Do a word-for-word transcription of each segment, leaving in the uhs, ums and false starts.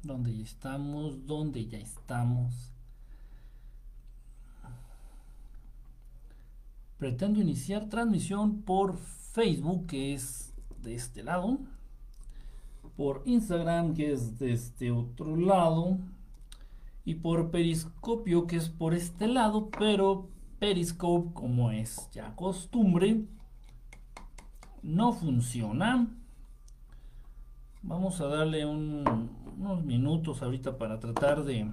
¿Dónde ya estamos? ¿Dónde ya estamos? Pretendo iniciar transmisión por Facebook, que es de este lado. Por Instagram, que es de este otro lado. Y por Periscopio, que es por este lado. Pero Periscope, como es ya costumbre, no funciona. Vamos a darle un, unos minutos ahorita para tratar de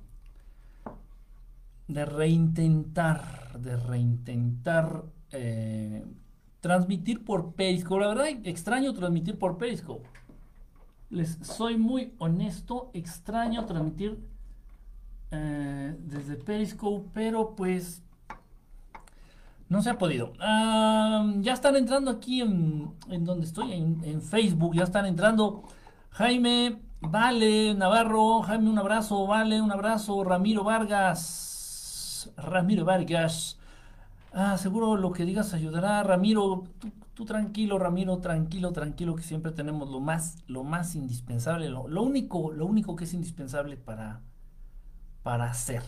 de reintentar, de reintentar eh, transmitir por Periscope. La verdad, extraño transmitir por Periscope. Les soy muy honesto, extraño transmitir eh, desde Periscope, pero pues no se ha podido. Uh, ya están entrando aquí en, en donde estoy, en, en Facebook, ya están entrando. Jaime, Vale, Navarro, Jaime, un abrazo, Vale, un abrazo, Ramiro Vargas, Ramiro Vargas. Ah, seguro lo que digas ayudará, Ramiro. Tú, tú tranquilo, Ramiro, tranquilo, tranquilo, que siempre tenemos lo más, lo más indispensable, lo, lo único, lo único que es indispensable para, para hacer.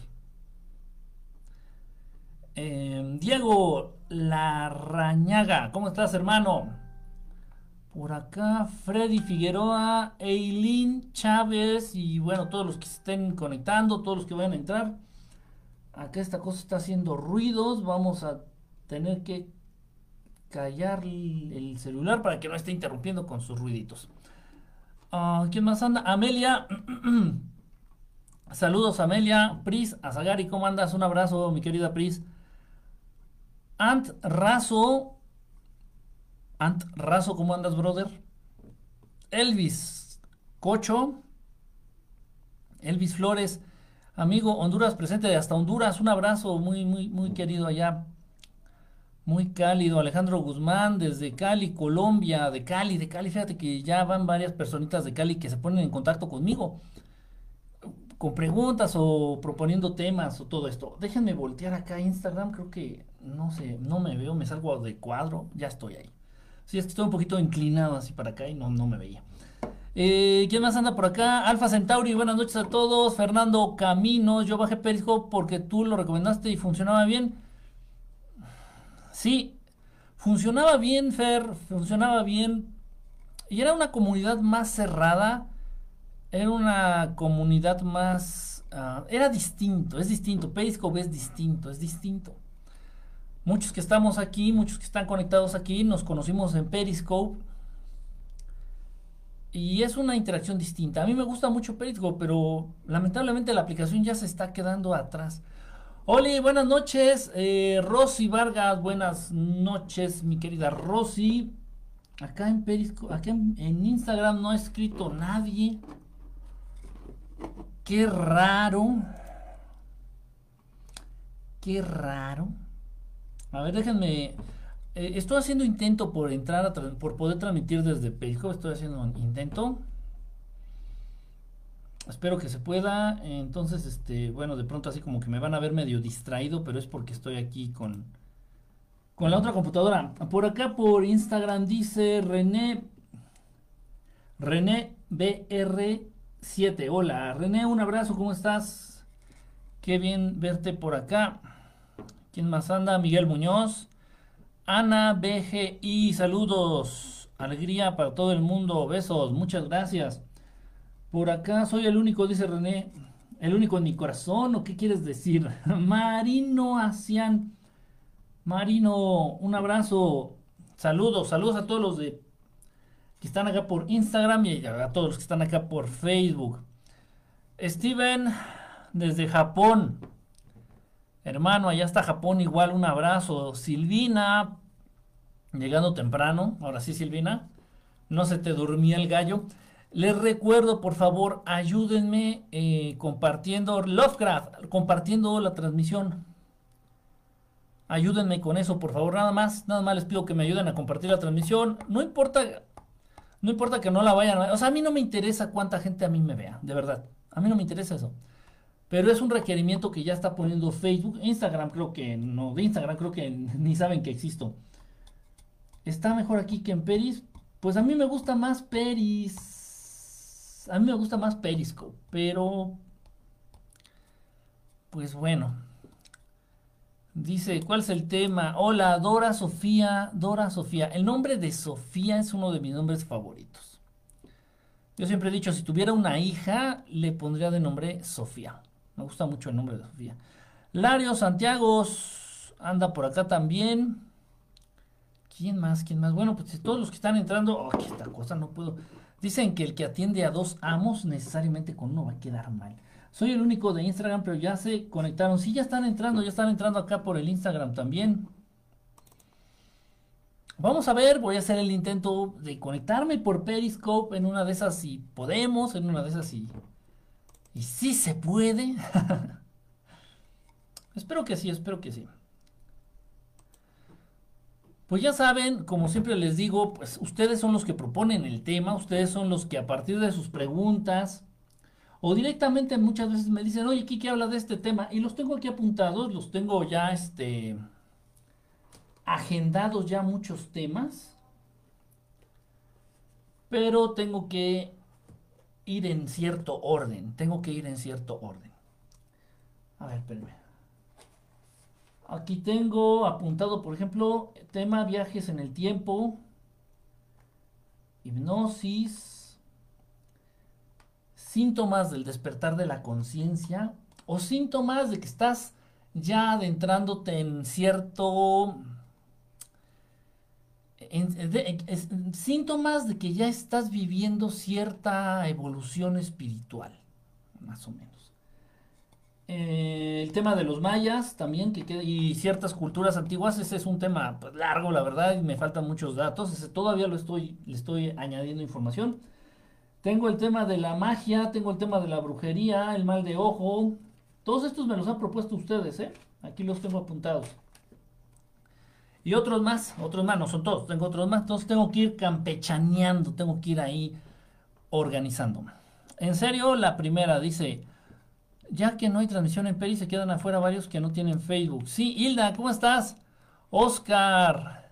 Eh, Diego Larrañaga, ¿cómo estás, hermano? Por acá, Freddy Figueroa, Eileen Chávez y bueno, todos los que se estén conectando, todos los que vayan a entrar. Acá esta cosa está haciendo ruidos, vamos a tener que callar el celular para que no esté interrumpiendo con sus ruiditos. Uh, ¿Quién más anda? Amelia. Saludos, Amelia. Pris Azagari, ¿cómo andas? Un abrazo, mi querida Pris. Ant Razo. Ant Razo, ¿cómo andas, brother? Elvis Cocho. Elvis Flores. Amigo, Honduras presente de hasta Honduras. Un abrazo muy, muy, muy querido allá. Muy cálido. Alejandro Guzmán desde Cali, Colombia. De Cali, de Cali. Fíjate que ya van varias personitas de Cali que se ponen en contacto conmigo con preguntas o proponiendo temas o todo esto. Déjenme voltear acá a Instagram. Creo que no sé, no me veo. Me salgo de cuadro. Ya estoy ahí. Sí, es que estoy un poquito inclinado así para acá y no, no me veía. Eh, ¿Quién más anda por acá? Alfa Centauri, buenas noches a todos. Fernando Caminos, yo bajé Periscope porque tú lo recomendaste y funcionaba bien. Sí, funcionaba bien, Fer, funcionaba bien. Y era una comunidad más cerrada. Era una comunidad más... Uh, era distinto, es distinto. Periscope es distinto, es distinto. Muchos que estamos aquí, muchos que están conectados aquí, nos conocimos en Periscope. Y es una interacción distinta. A mí me gusta mucho Periscope, pero lamentablemente la aplicación ya se está quedando atrás. Oli, buenas noches. Eh, Rosy Vargas, buenas noches, mi querida Rosy. Acá en Periscope, acá en, en Instagram no ha escrito nadie. Qué raro. Qué raro. A ver, déjenme. Eh, estoy haciendo intento por entrar a por poder transmitir desde Periscope. Estoy haciendo un intento. Espero que se pueda. Entonces, este, bueno, de pronto así como que me van a ver medio distraído, pero es porque estoy aquí con con la otra computadora. Por acá por Instagram dice René René B R siete. Hola, René, un abrazo, ¿cómo estás? Qué bien verte por acá. ¿Quién más anda? Miguel Muñoz. Ana B G I, saludos. Alegría para todo el mundo. Besos, muchas gracias. Por acá soy el único, dice René. ¿El único en mi corazón o qué quieres decir? Marino Asian. Marino, un abrazo. Saludos, saludos a todos los de que están acá por Instagram y a todos los que están acá por Facebook. Steven, desde Japón. Hermano, allá está Japón igual, un abrazo. Silvina, llegando temprano. Ahora sí, Silvina. No se te durmía el gallo. Les recuerdo, por favor, ayúdenme eh, compartiendo Lovecraft, compartiendo la transmisión. Ayúdenme con eso, por favor, nada más, nada más les pido que me ayuden a compartir la transmisión. No importa, no importa que no la vayan a... O sea, a mí no me interesa cuánta gente a mí me vea, de verdad. A mí no me interesa eso. Pero es un requerimiento que ya está poniendo Facebook. Instagram creo que no, de Instagram creo que ni saben que existo. Está mejor aquí que en Peris. Pues a mí me gusta más Peris. más, a mí me gusta más Periscope, pero pues bueno. Dice, ¿cuál es el tema? Hola, Dora Sofía, Dora Sofía. El nombre de Sofía es uno de mis nombres favoritos. Yo siempre he dicho, si tuviera una hija, le pondría de nombre Sofía. Me gusta mucho el nombre de Sofía. Lario Santiago anda por acá también. ¿Quién más? ¿Quién más? Bueno, pues todos los que están entrando... Oh, que esta cosa no puedo... Dicen que el que atiende a dos amos necesariamente con uno va a quedar mal. Soy el único de Instagram, pero ya se conectaron. Sí, ya están entrando, ya están entrando acá por el Instagram también. Vamos a ver, voy a hacer el intento de conectarme por Periscope en una de esas si podemos, en una de esas si... Y si se puede. Espero que sí, espero que sí. Pues ya saben, como siempre les digo, pues ustedes son los que proponen el tema, ustedes son los que a partir de sus preguntas o directamente muchas veces me dicen, oye, Kiki habla de este tema y los tengo aquí apuntados, los tengo ya este, agendados ya muchos temas, pero tengo que ir en cierto orden, tengo que ir en cierto orden. A ver, espérenme. Aquí tengo apuntado, por ejemplo, tema viajes en el tiempo, hipnosis, síntomas del despertar de la conciencia o síntomas de que estás ya adentrándote en cierto... En, de, en, síntomas de que ya estás viviendo cierta evolución espiritual, más o menos. Eh, el tema de los mayas también que queda, y ciertas culturas antiguas, ese es un tema pues, largo, la verdad, y me faltan muchos datos. Ese todavía lo estoy, le estoy añadiendo información. Tengo el tema de la magia, tengo el tema de la brujería, el mal de ojo. Todos estos me los han propuesto ustedes, ¿eh? Aquí los tengo apuntados. Y otros más, otros más, no son todos, tengo otros más. Entonces tengo que ir campechaneando, tengo que ir ahí organizándome. En serio, la primera dice... Ya que no hay transmisión en Peri, se quedan afuera varios que no tienen Facebook. Sí, Hilda, ¿cómo estás? Oscar.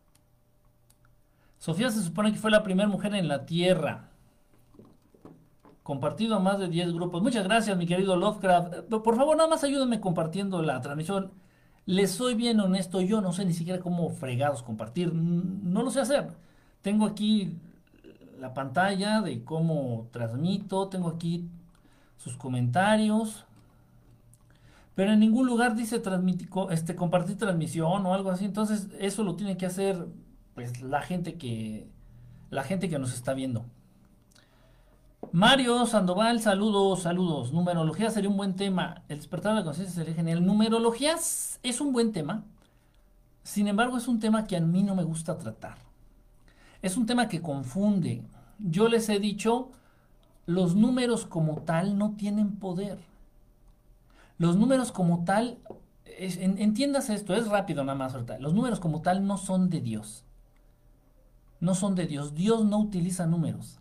Sofía se supone que fue la primera mujer en la Tierra. Compartido a más de diez grupos. Muchas gracias, mi querido Lovecraft. Por favor, nada más ayúdenme compartiendo la transmisión. Les soy bien honesto, yo no sé ni siquiera cómo fregados compartir. No lo sé hacer. Tengo aquí la pantalla de cómo transmito. Tengo aquí... sus comentarios, pero en ningún lugar dice este, compartir transmisión o algo así. Entonces eso lo tiene que hacer pues la gente que la gente que nos está viendo. Mario Sandoval, saludos, saludos. Numerología sería un buen tema. El despertar de la conciencia sería genial. Numerología es un buen tema. Sin embargo, es un tema que a mí no me gusta tratar. Es un tema que confunde. Yo les he dicho, los números como tal no tienen poder. Los números como tal, es, en, entiendas esto, es rápido nada más ahorita. Los números como tal no son de Dios. No son de Dios. Dios no utiliza números.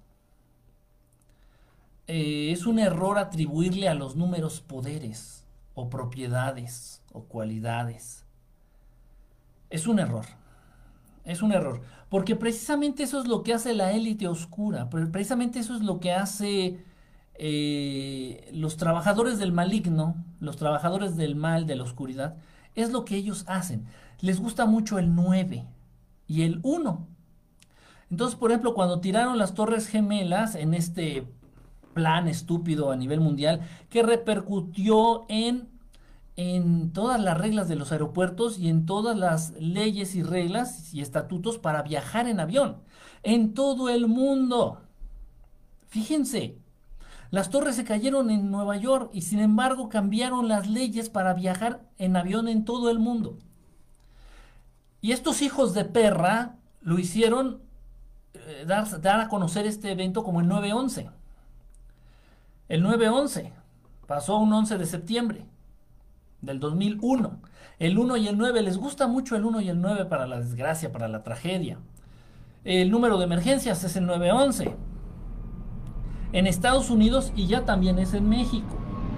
Eh, es un error atribuirle a los números poderes o propiedades o cualidades. Es un error. Es un error. Porque precisamente eso es lo que hace la élite oscura. Precisamente eso es lo que hace eh, los trabajadores del maligno, los trabajadores del mal, de la oscuridad. Es lo que ellos hacen. Les gusta mucho el nueve y el uno. Entonces, por ejemplo, cuando tiraron las Torres Gemelas en este plan estúpido a nivel mundial que repercutió en, en todas las reglas de los aeropuertos y en todas las leyes y reglas y estatutos para viajar en avión en todo el mundo. Fíjense, las torres se cayeron en Nueva York y sin embargo cambiaron las leyes para viajar en avión en todo el mundo. Y estos hijos de perra lo hicieron eh, dar, dar a conocer este evento como el nueve once. El nueve once pasó un once de septiembre del dos mil uno. El uno y el nueve, les gusta mucho el uno y el nueve para la desgracia, para la tragedia. El número de emergencias es el nueve once. En Estados Unidos y ya también es en México.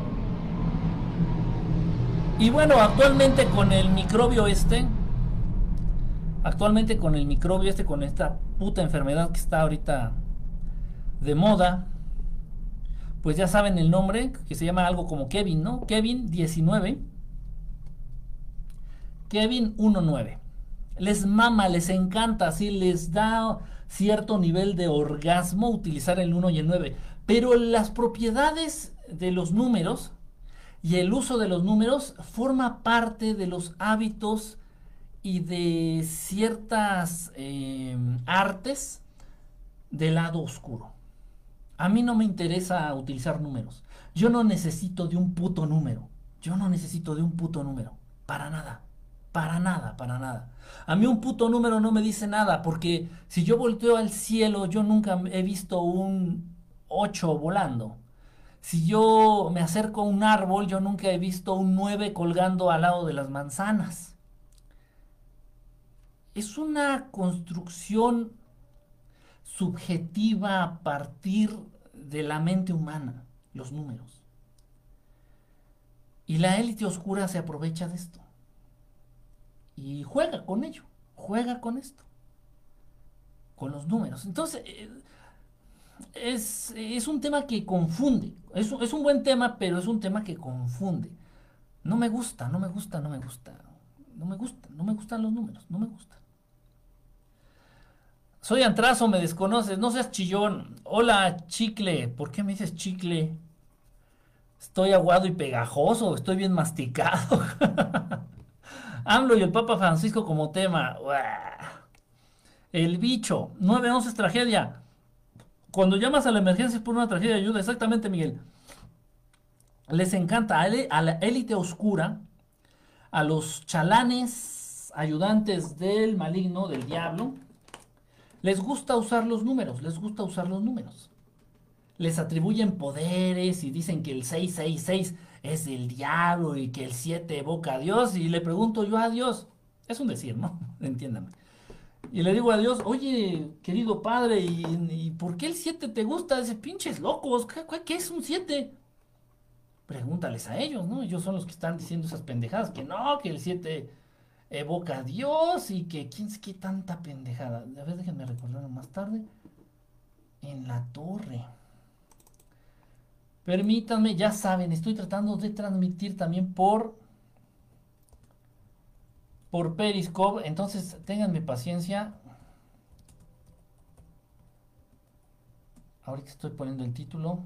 Y bueno, actualmente con el microbio este, actualmente con el microbio este, con esta puta enfermedad que está ahorita de moda, pues ya saben el nombre, que se llama algo como Kevin, ¿no? Kevin diecinueve, Kevin diecinueve. Les mama, les encanta, así les da cierto nivel de orgasmo utilizar el uno y el nueve. Pero las propiedades de los números y el uso de los números forma parte de los hábitos y de ciertas eh, artes del lado oscuro. A mí no me interesa utilizar números. Yo no necesito de un puto número. Yo no necesito de un puto número. Para nada. Para nada, para nada. A mí un puto número no me dice nada, porque si yo volteo al cielo, yo nunca he visto un ocho volando. Si yo me acerco a un árbol, yo nunca he visto un nueve colgando al lado de las manzanas. Es una construcción subjetiva a partir de la mente humana, los números. Y la élite oscura se aprovecha de esto. Y juega con ello, juega con esto, con los números. Entonces, eh, es, es un tema que confunde. Es, es un buen tema, pero es un tema que confunde. No me gusta, no me gusta, no me gusta. No me gusta, no me gustan los números, no me gustan. Soy Antrazo, me desconoces, no seas chillón. Hola, chicle. ¿Por qué me dices chicle? Estoy aguado y pegajoso, estoy bien masticado. AMLO y el Papa Francisco como tema. Uah. El bicho. nueve once es tragedia. Cuando llamas a la emergencia es por una tragedia de ayuda. Exactamente, Miguel. Les encanta a la élite oscura, a los chalanes, ayudantes del maligno, del diablo. Les gusta usar los números, les gusta usar los números. Les atribuyen poderes y dicen que el seiscientos sesenta y seis es del diablo y que el siete evoca a Dios. Y le pregunto yo a Dios, es un decir, ¿no? Entiéndame. Y le digo a Dios, oye, querido padre, ¿y, y por qué el siete te gusta? Dice, pinches locos, ¿qué, qué es un siete? Pregúntales a ellos, ¿no? Ellos son los que están diciendo esas pendejadas, que no, que el siete evoca a Dios y que quién sabe qué tanta pendejada. A ver, déjenme recordarlo más tarde. En la torre. Permítanme, ya saben, estoy tratando de transmitir también por por Periscope, entonces ténganme paciencia. Ahorita estoy poniendo el título.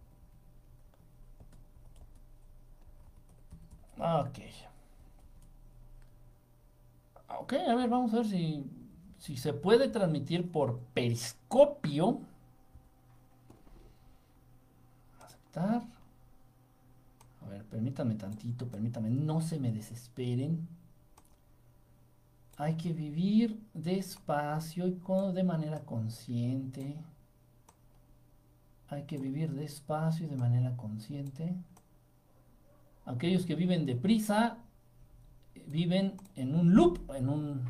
Ok. Ok, a ver, vamos a ver si, si se puede transmitir por Periscopio. Aceptar. A ver, permítanme tantito, permítanme, no se me desesperen. Hay que vivir despacio y con, de manera consciente. Hay que vivir despacio y de manera consciente. Aquellos que viven deprisa viven en un loop, en un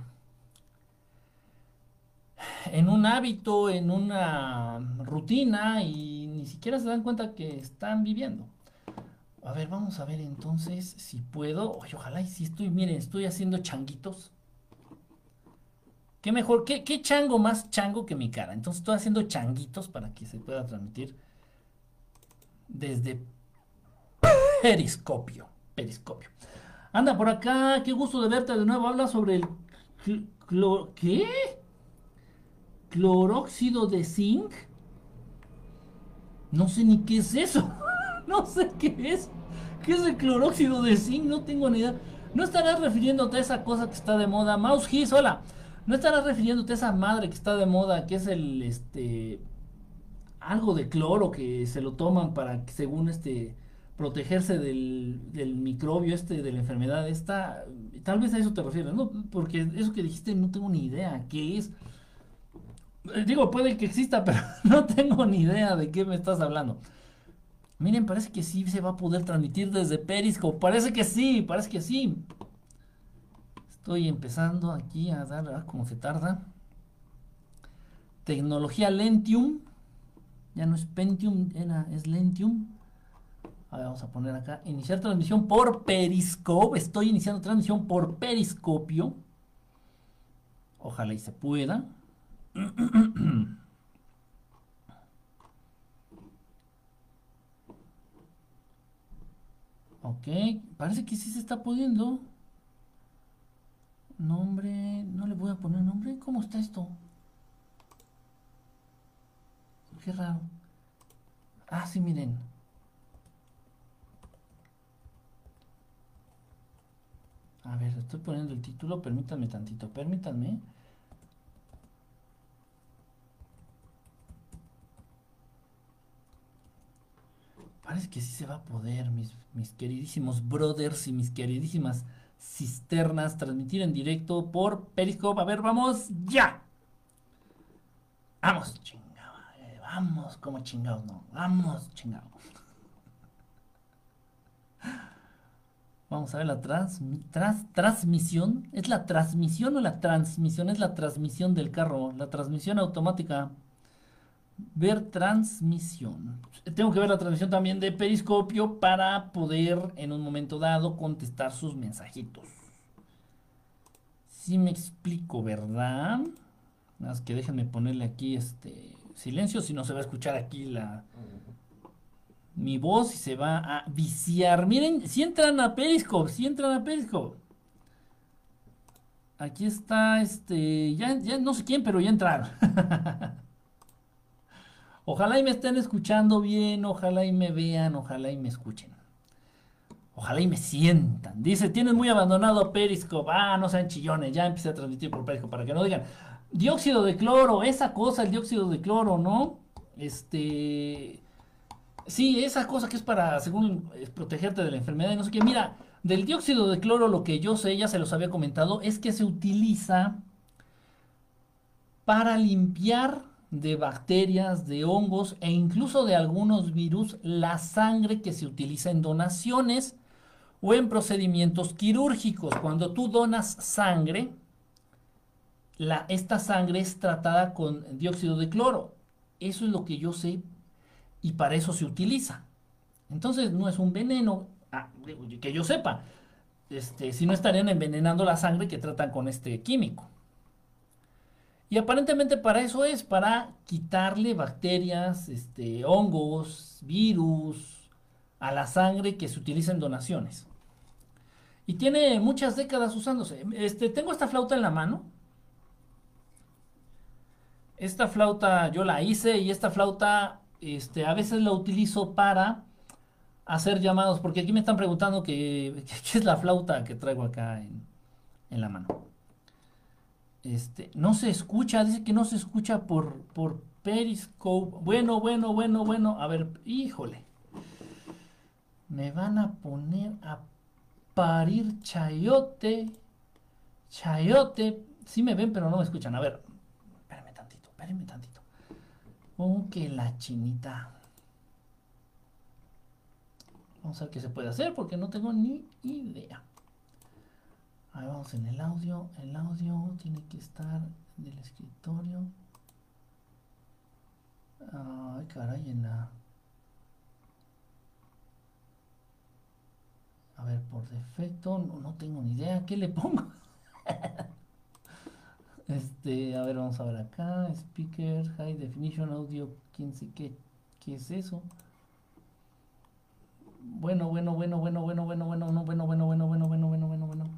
en un hábito, en una rutina y ni siquiera se dan cuenta que están viviendo. A ver, vamos a ver entonces si puedo. Oye, ojalá y si estoy, miren, estoy haciendo changuitos. Qué mejor, qué, qué chango más chango que mi cara. Entonces estoy haciendo changuitos para que se pueda transmitir desde Periscopio. Periscopio. Anda por acá, qué gusto de verte de nuevo. Habla sobre el cl clor ¿qué? Cloróxido de zinc. No sé ni qué es eso. No sé qué es. ¿Qué es el cloróxido de zinc? No tengo ni idea. ¿No estarás refiriéndote a esa cosa que está de moda? Mouse His, hola. ¿No estarás refiriéndote a esa madre que está de moda, que es el, este, algo de cloro que se lo toman para, según este, protegerse del, del microbio este, de la enfermedad esta? Tal vez a eso te refieres, ¿no? Porque eso que dijiste no tengo ni idea qué es. Digo, puede que exista, pero no tengo ni idea de qué me estás hablando. Miren, parece que sí se va a poder transmitir desde Periscope. Parece que sí, parece que sí. Estoy empezando aquí a dar, a ver cómo se tarda. Tecnología Lentium. Ya no es Pentium, era, es Lentium. A ver, vamos a poner acá. Iniciar transmisión por Periscope. Estoy iniciando transmisión por Periscopio. Ojalá y se pueda. Ok, parece que sí se está pudiendo. Nombre, no le voy a poner nombre. ¿Cómo está esto? Qué raro. Ah, sí, miren. A ver, estoy poniendo el título. Permítanme tantito, permítanme. Parece que sí se va a poder, mis, mis queridísimos brothers y mis queridísimas cisternas, transmitir en directo por Periscope. A ver, vamos ya. Vamos, chingado. eh, Vamos, como chingados, no. Vamos, chingado. Vamos a ver la trans, tras- transmisión. ¿Es la transmisión o la transmisión? Es la transmisión del carro. La transmisión automática. Ver transmisión. Tengo que ver la transmisión también de Periscopio para poder en un momento dado contestar sus mensajitos. Si me explico, ¿verdad? Nada más que déjenme ponerle aquí este silencio, si no se va a escuchar aquí la mi voz y se va a viciar. Miren, si entran a Periscope, si entran a Periscope. Aquí está este, ya, ya no sé quién, pero ya entraron. Ojalá y me estén escuchando bien, ojalá y me vean, ojalá y me escuchen. Ojalá y me sientan. Dice, tienes muy abandonado Periscope. Ah, no sean chillones, ya empecé a transmitir por Periscope para que no digan dióxido de cloro, esa cosa, el dióxido de cloro, ¿no? Este, sí, esa cosa que es para, según, eh, protegerte de la enfermedad y no sé qué. Mira, del dióxido de cloro lo que yo sé, ya se los había comentado, es que se utiliza para limpiar de bacterias, de hongos e incluso de algunos virus la sangre que se utiliza en donaciones o en procedimientos quirúrgicos. Cuando tú donas sangre, la, esta sangre es tratada con dióxido de cloro. Eso es lo que yo sé y para eso se utiliza. Entonces no es un veneno, ah, que yo sepa. Este, si no estarían envenenando la sangre que tratan con este químico. Y aparentemente para eso es, para quitarle bacterias, este, hongos, virus a la sangre que se utiliza en donaciones. Y tiene muchas décadas usándose. Este, tengo esta flauta en la mano. Esta flauta yo la hice y esta flauta este, a veces la utilizo para hacer llamados, porque aquí me están preguntando que, qué es la flauta que traigo acá en, en la mano. Este, no se escucha, dice que no se escucha por, por Periscope. Bueno, bueno, bueno, bueno. A ver, híjole. Me van a poner a parir chayote. Chayote. Sí me ven, pero no me escuchan. A ver, espérenme tantito, espérenme tantito. Oh, que la chinita. Vamos a ver qué se puede hacer porque no tengo ni idea. Ahí vamos en el audio. El audio tiene que estar del escritorio. Ay, caray, en la... A ver, por defecto, no, no tengo ni idea. ¿Qué le pongo? Este, a ver, vamos a ver acá. Speaker, High Definition Audio. ¿Quién sé qué? ¿Qué es eso? Bueno, bueno, bueno, bueno, bueno, bueno, bueno, no, bueno, bueno, bueno, bueno, bueno, bueno, bueno, bueno.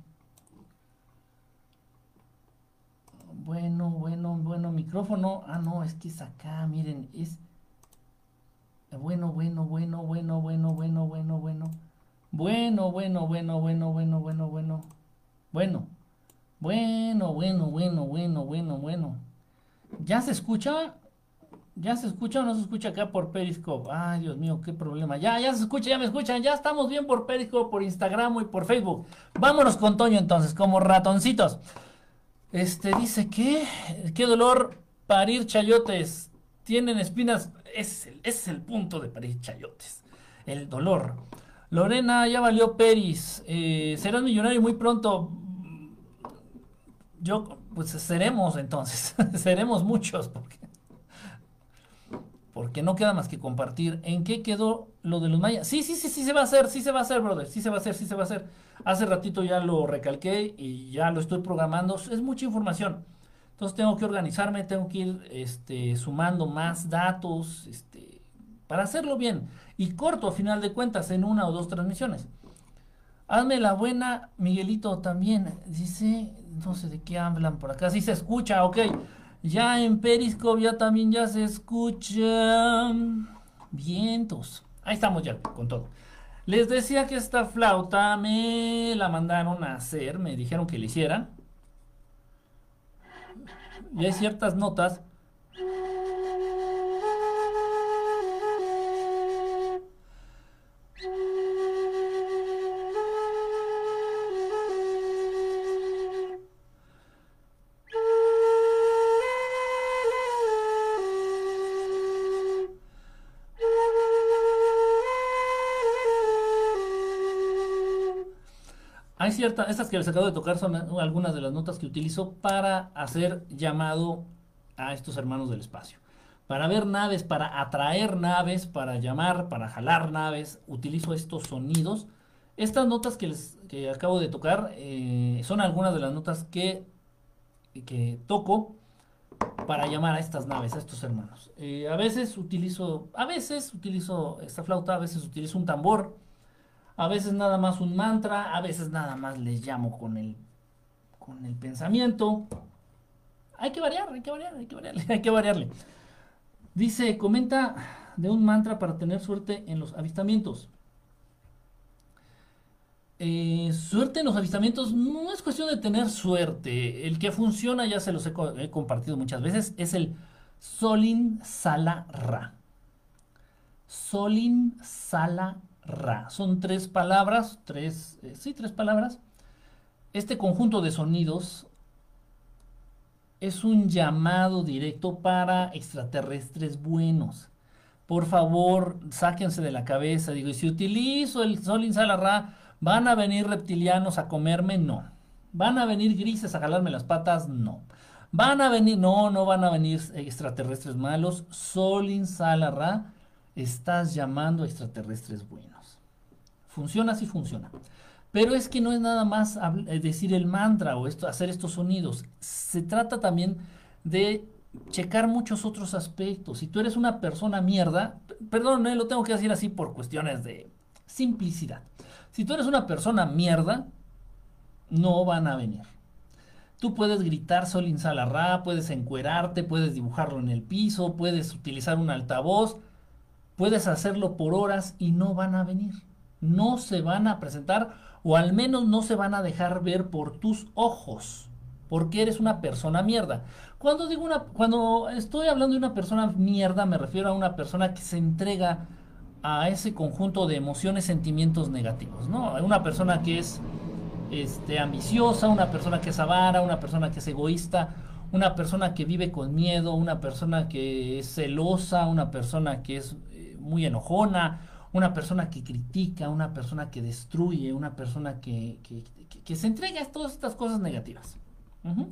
Bueno, bueno, bueno, micrófono. Ah, no, es que es acá, miren, es... Bueno, bueno, bueno, bueno, bueno, bueno, bueno, bueno. Bueno, bueno, bueno, bueno, bueno, bueno, bueno. Bueno, bueno, bueno, bueno, bueno, bueno, bueno. ¿Ya se escucha? ¿Ya se escucha o no se escucha acá por Periscope? Ay, Dios mío, qué problema. Ya, ya se escucha, ya me escuchan. Ya estamos bien por Periscope, por Instagram y por Facebook. Vámonos con Toño entonces, como ratoncitos. Este dice que, qué dolor parir chayotes. Tienen espinas. Ese es el, ese es el punto de parir chayotes. El dolor. Lorena, ya valió Peris. Eh, serás millonario muy pronto. Yo, pues seremos entonces. Seremos muchos. Porque, porque no queda más que compartir. ¿En qué quedó lo de los mayas? Sí, sí, sí, sí se va a hacer. Sí se va a hacer, brother. Sí se va a hacer, sí se va a hacer. Hace ratito ya lo recalqué y ya lo estoy programando. Es mucha información. Entonces tengo que organizarme, tengo que ir este, sumando más datos este, para hacerlo bien. Y corto a final de cuentas en una o dos transmisiones. Hazme la buena, Miguelito también. Dice, no sé de qué hablan por acá. Sí se escucha, ok. Ya en Periscope ya también ya se escucha. Vientos. Ahí estamos ya con todo. Les decía que esta flauta me la mandaron a hacer, me dijeron que la hiciera. Y hay ciertas notas. Hay ciertas, estas que les acabo de tocar son algunas de las notas que utilizo para hacer llamado a estos hermanos del espacio. Para ver naves, para atraer naves, para llamar, para jalar naves, utilizo estos sonidos. Estas notas que les que acabo de tocar eh, son algunas de las notas que, que toco para llamar a estas naves, a estos hermanos. Eh, a veces utilizo, a veces utilizo esta flauta, a veces utilizo un tambor, a veces nada más un mantra, a veces nada más les llamo con el, con el pensamiento. Hay que variar, hay que variar, hay que variarle, hay que variarle. Dice, comenta de un mantra para tener suerte en los avistamientos. Eh, suerte en los avistamientos no es cuestión de tener suerte. El que funciona, ya se los he, co- he compartido muchas veces, es el Solin Sala Ra. Solin Sala Ra. Son tres palabras, tres, eh, sí, tres palabras. Este conjunto de sonidos es un llamado directo para extraterrestres buenos. Por favor, sáquense de la cabeza. Digo, y si utilizo el Solin Sala Ra, ¿van a venir reptilianos a comerme? No. ¿Van a venir grises a jalarme las patas? No. ¿Van a venir? No, no van a venir extraterrestres malos. Solin Sala Ra, estás llamando a extraterrestres buenos. Funciona, sí funciona. Pero es que no es nada más decir el mantra o esto, hacer estos sonidos. Se trata también de checar muchos otros aspectos. Si tú eres una persona mierda, perdón, eh, lo tengo que decir así por cuestiones de simplicidad. Si tú eres una persona mierda, no van a venir. Tú puedes gritar Solin Sala Ra, puedes encuerarte, puedes dibujarlo en el piso, puedes utilizar un altavoz, puedes hacerlo por horas y no van a venir. No se van a presentar o al menos no se van a dejar ver por tus ojos. Porque eres una persona mierda. Cuando digo una, cuando estoy hablando de una persona mierda, me refiero a una persona que se entrega a ese conjunto de emociones, sentimientos negativos, ¿no? Una persona que es este, ambiciosa, una persona que es avara, una persona que es egoísta, una persona que vive con miedo, una persona que es celosa, una persona que es eh, muy enojona, una persona que critica, una persona que destruye, una persona que, que, que, que se entrega a todas estas cosas negativas. Uh-huh.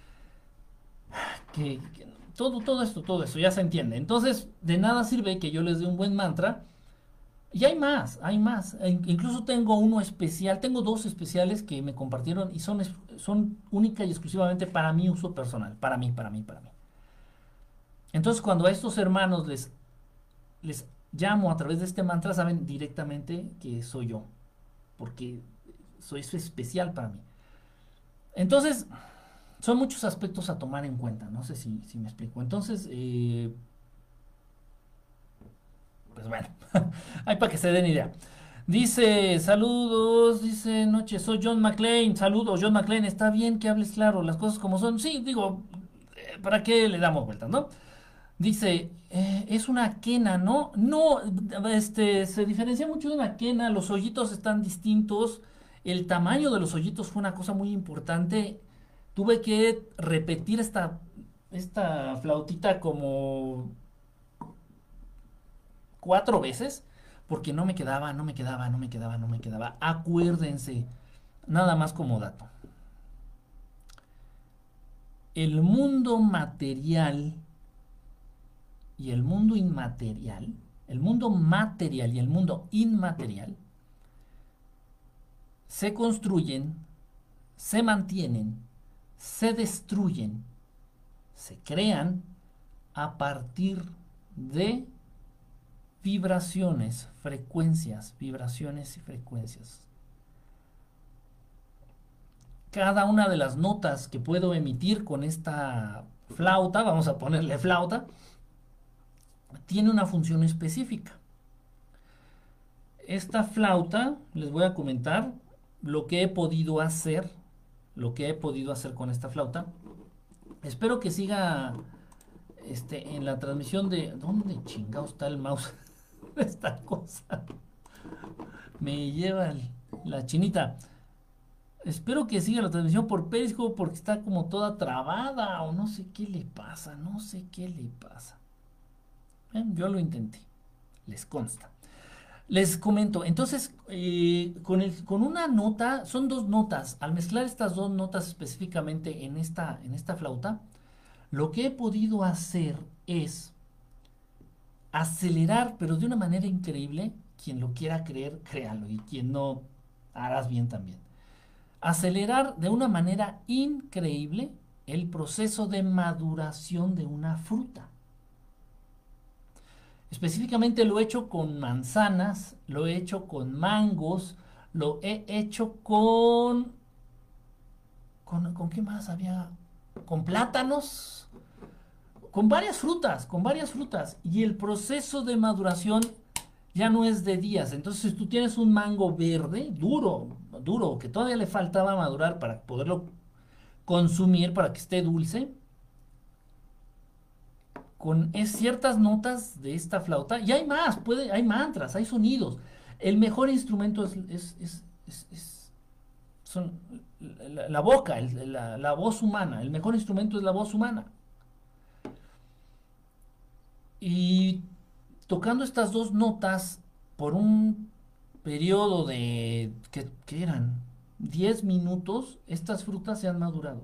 Que, que, todo, todo esto, todo esto, ya se entiende. Entonces, de nada sirve que yo les dé un buen mantra. Y hay más, hay más. E incluso tengo uno especial, tengo dos especiales que me compartieron y son, son única y exclusivamente para mi uso personal, para mí, para mí, para mí. Entonces, cuando a estos hermanos les, les llamo a través de este mantra, saben directamente que soy yo, porque soy eso especial para mí. Entonces, son muchos aspectos a tomar en cuenta, no sé si, si me explico. Entonces, eh, pues bueno, hay para que se den idea. Dice, saludos, dice, noche, soy John McClane, saludos, John McClane, está bien que hables claro, las cosas como son. Sí, digo, eh, ¿para qué le damos vueltas, no? Dice, eh, es una quena, ¿no? No, este, se diferencia mucho de una quena, los hoyitos están distintos, el tamaño de los hoyitos fue una cosa muy importante. Tuve que repetir esta, esta flautita como cuatro veces porque no me quedaba, no me quedaba, no me quedaba, no me quedaba. Acuérdense, nada más como dato. El mundo material y el mundo inmaterial, el mundo material y el mundo inmaterial, se construyen, se mantienen, se destruyen, se crean a partir de vibraciones, frecuencias, vibraciones y frecuencias. cada una de las notas que puedo emitir con esta flauta, vamos a ponerle flauta, tiene una función específica. Esta flauta, les voy a comentar lo que he podido hacer, lo que he podido hacer con esta flauta. Espero que siga este, en la transmisión de... ¿Dónde chingados está el mouse? Esta cosa me lleva el, la chinita. Espero que siga la transmisión por Periscope porque está como toda trabada o no sé qué le pasa, no sé qué le pasa. ¿Eh? Yo lo intenté, les consta. Les comento, entonces, eh, con, el, con una nota, son dos notas, al mezclar estas dos notas específicamente en esta, en esta flauta, lo que he podido hacer es acelerar, pero de una manera increíble, quien lo quiera creer, créalo, y quien no, harás bien también. Acelerar de una manera increíble el proceso de maduración de una fruta. Específicamente lo he hecho con manzanas, lo he hecho con mangos, lo he hecho con... ¿Con, con qué más había? Con plátanos, con varias frutas, con varias frutas. Y el proceso de maduración ya no es de días. Entonces, si tú tienes un mango verde, duro, duro, que todavía le faltaba madurar para poderlo consumir, para que esté dulce, con es ciertas notas de esta flauta, y hay más, puede, hay mantras, hay sonidos. El mejor instrumento es, es, es, es, es son la, la boca, el, la, la voz humana. El mejor instrumento es la voz humana. Y tocando estas dos notas por un periodo de, ¿qué, qué eran? diez minutos, estas frutas se han madurado.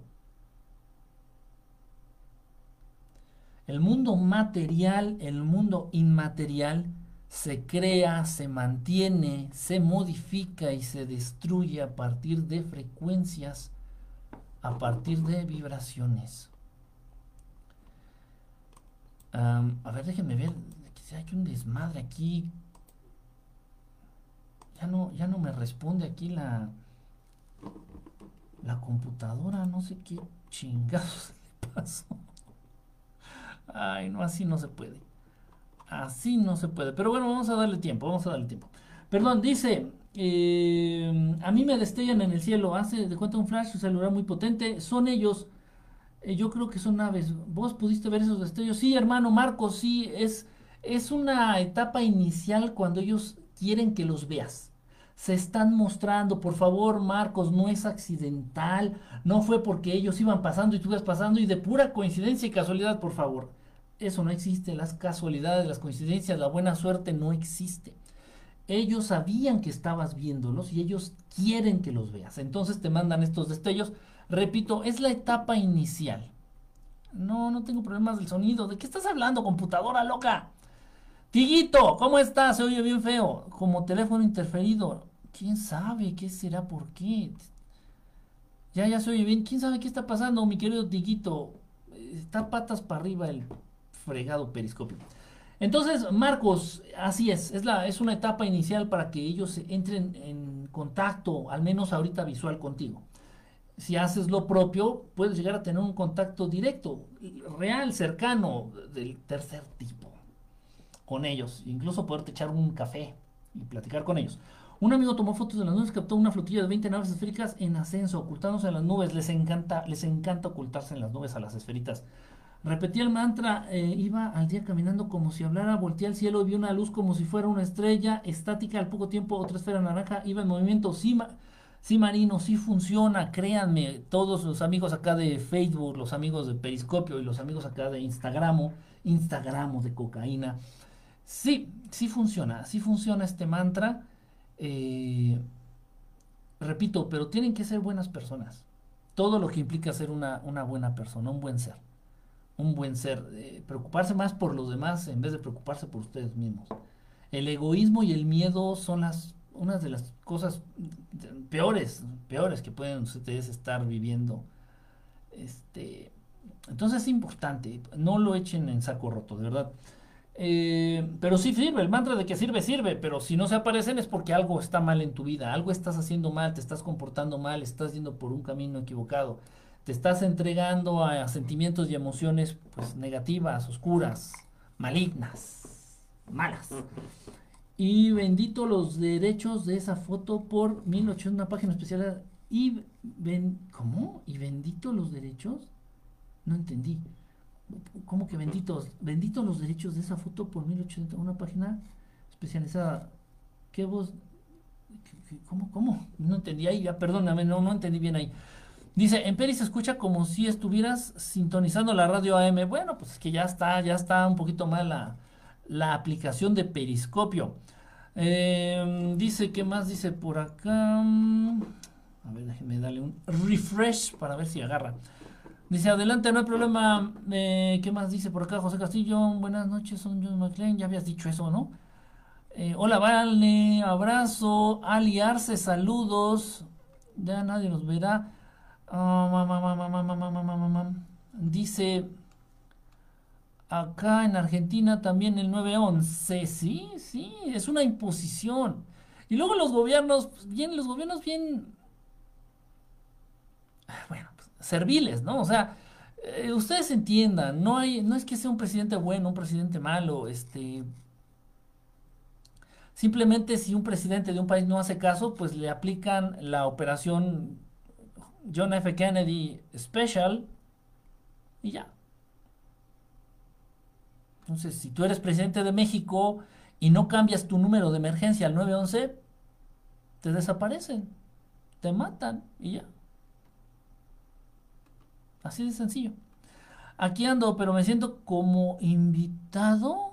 El mundo material, el mundo inmaterial, se crea, se mantiene, se modifica y se destruye a partir de frecuencias, a partir de vibraciones. Um, a ver, déjenme ver, quizá hay un desmadre aquí. Ya no, ya no me responde aquí la, la computadora, no sé qué chingados le pasó. Ay, no, así no se puede. Así no se puede. Pero bueno, vamos a darle tiempo, vamos a darle tiempo. Perdón, dice, eh, a mí me destellan en el cielo, hace de cuenta un flash, un celular muy potente, son ellos, eh, yo creo que son aves. ¿Vos pudiste ver esos destellos? Sí, hermano Marcos, sí, es, es una etapa inicial cuando ellos quieren que los veas. Se están mostrando, por favor, Marcos, no es accidental, no fue porque ellos iban pasando y tú ibas pasando y de pura coincidencia y casualidad, por favor. Eso no existe, las casualidades, las coincidencias, la buena suerte no existe. Ellos sabían que estabas viéndolos y ellos quieren que los veas. Entonces te mandan estos destellos. Repito, es la etapa inicial. No, no tengo problemas del sonido. ¿De qué estás hablando, computadora loca? Tiguito, ¿cómo estás? Se oye bien feo. Como teléfono interferido. ¿Quién sabe qué será? ¿Por qué? Ya, ya se oye bien. ¿Quién sabe qué está pasando, mi querido Tiguito? Está patas para arriba el fregado periscopio. Entonces, Marcos, así es, es, la, es una etapa inicial para que ellos entren en contacto, al menos ahorita visual contigo. Si haces lo propio, puedes llegar a tener un contacto directo, real, cercano, del tercer tipo, con ellos. Incluso poderte echar un café y platicar con ellos. Un amigo tomó fotos de las nubes, captó una flotilla de veinte naves esféricas en ascenso, ocultándose en las nubes. Les encanta, les encanta ocultarse en las nubes a las esferitas. Repetía el mantra, eh, iba al día caminando como si hablara, volteé al cielo y vi una luz como si fuera una estrella estática, al poco tiempo otra esfera naranja, iba en movimiento, sí, ma sí Marino, sí funciona, créanme, todos los amigos acá de Facebook, los amigos de Periscopio y los amigos acá de Instagramo, Instagramo de cocaína, sí, sí funciona, sí funciona este mantra, eh, repito, pero tienen que ser buenas personas, todo lo que implica ser una, una buena persona, un buen ser. Un buen ser, eh, preocuparse más por los demás en vez de preocuparse por ustedes mismos. El egoísmo y el miedo son las unas de las cosas peores, peores que pueden ustedes estar viviendo. Este, entonces es importante, no lo echen en saco roto, de verdad. Eh, pero sí sirve, el mantra de que sirve, sirve, pero si no se aparecen es porque algo está mal en tu vida, algo estás haciendo mal, te estás comportando mal, estás yendo por un camino equivocado, te estás entregando a sentimientos y emociones pues negativas, oscuras, malignas, malas. Y bendito los derechos de esa foto por mil ochocientos, una página especial. Y ven, ¿cómo? ¿Y bendito los derechos? No entendí. ¿Cómo que benditos? Benditos los derechos de esa foto por mil ochocientos, una página especializada. ¿Qué vos? ¿Cómo? ¿Cómo? No entendí ahí, ya perdóname, no, no entendí bien ahí. Dice, en Peri se escucha como si estuvieras sintonizando la radio A M. Bueno, pues es que ya está, ya está un poquito mal la, la aplicación de Periscopio. Eh, dice, ¿qué más dice por acá? A ver, déjenme darle un refresh para ver si agarra. Dice, adelante, no hay problema. Eh, ¿Qué más dice por acá? José Castillo, buenas noches, son John McLean. Ya habías dicho eso, ¿no? Eh, hola, Vale, abrazo. Ali Arce, saludos. Ya nadie nos verá. Ah, ma, ma, ma, ma, ma, ma, ma, ma, ma, ma. Dice, acá en Argentina también el nueve once. Sí, sí, es una imposición. Y luego los gobiernos, pues, bien, los gobiernos bien, bueno, pues, serviles, ¿no? O sea, eh, ustedes entiendan, no hay, no es que sea un presidente bueno, un presidente malo, este, simplemente si un presidente de un país no hace caso, pues le aplican la operación John F. Kennedy Special y ya. Entonces, si tú eres presidente de México y no cambias tu número de emergencia al nueve once, te desaparecen, te matan y ya. Así de sencillo. Aquí ando, pero me siento como invitado.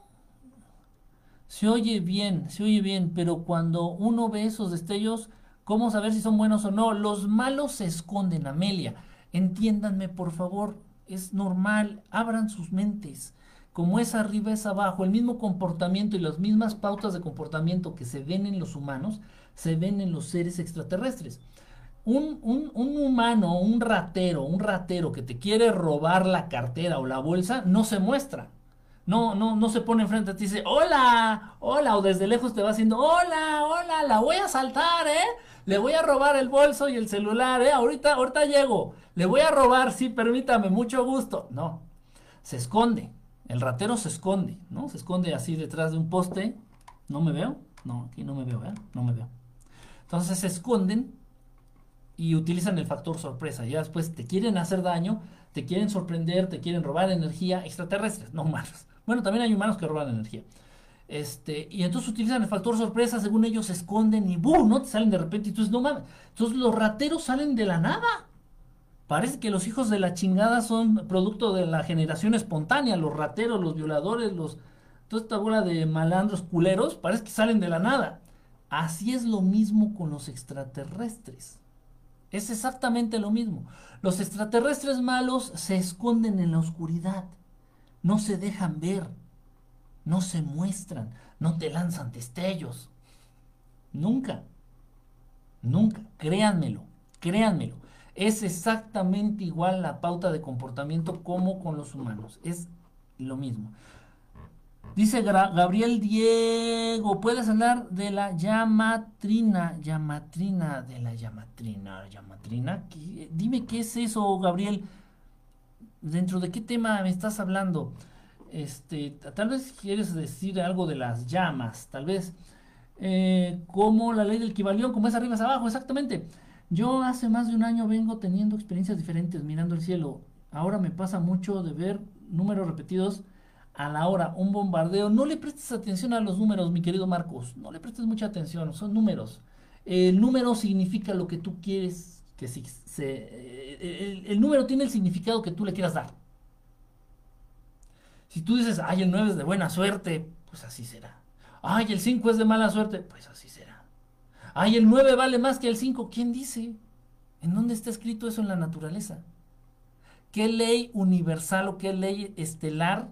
Se oye bien, se oye bien, pero cuando uno ve esos destellos, ¿cómo saber si son buenos o no? Los malos se esconden, Amelia. Entiéndanme, por favor. Es normal, abran sus mentes. Como es arriba es abajo, el mismo comportamiento y las mismas pautas de comportamiento que se ven en los humanos, se ven en los seres extraterrestres. Un, un, un humano, un ratero, un ratero que te quiere robar la cartera o la bolsa, no se muestra. No, no, no se pone enfrente a ti y dice, hola, hola, o desde lejos te va haciendo, hola, hola, la voy a saltar, ¿eh? Le voy a robar el bolso y el celular, ¿eh? Ahorita, ahorita llego. Le voy a robar, sí, permítame, mucho gusto. No, se esconde. El ratero se esconde, ¿no? Se esconde así detrás de un poste. ¿No me veo? No, aquí no me veo, ¿eh? No me veo. Entonces se esconden y utilizan el factor sorpresa. Ya después te quieren hacer daño, te quieren sorprender, te quieren robar energía. Extraterrestres, no humanos. Bueno, también hay humanos que roban energía. Este, y entonces utilizan el factor sorpresa, según ellos se esconden y ¡bum! ¿No? Te salen de repente y tú dices, no mames. Entonces los rateros salen de la nada. Parece que los hijos de la chingada son producto de la generación espontánea. Los rateros, los violadores, los toda esta bola de malandros culeros, parece que salen de la nada. Así es lo mismo con los extraterrestres. Es exactamente lo mismo. Los extraterrestres malos se esconden en la oscuridad, no se dejan ver, no se muestran, no te lanzan destellos. Nunca, nunca, créanmelo, créanmelo. Es exactamente igual la pauta de comportamiento como con los humanos. Es lo mismo. Dice Gra- Gabriel Diego, ¿puedes hablar de la llamatrina? Llamatrina, de la llamatrina, llamatrina. ¿Qué? Dime qué es eso, Gabriel. ¿Dentro de qué tema me estás hablando? Este, tal vez quieres decir algo de las llamas, tal vez. Eh, como la ley del Kybalión, como es arriba es abajo, exactamente. Yo hace más de un año vengo teniendo experiencias diferentes mirando el cielo. Ahora me pasa mucho de ver números repetidos a la hora, un bombardeo. No le prestes atención a los números, mi querido Marcos. No le prestes mucha atención, son números. El número significa lo que tú quieres que si- se... El, el número tiene el significado que tú le quieras dar. Si tú dices, ay, el nueve es de buena suerte, pues así será. Ay, el cinco es de mala suerte, pues así será. Ay, el nueve vale más que el cinco. ¿Quién dice? ¿En dónde está escrito eso en la naturaleza? ¿Qué ley universal o qué ley estelar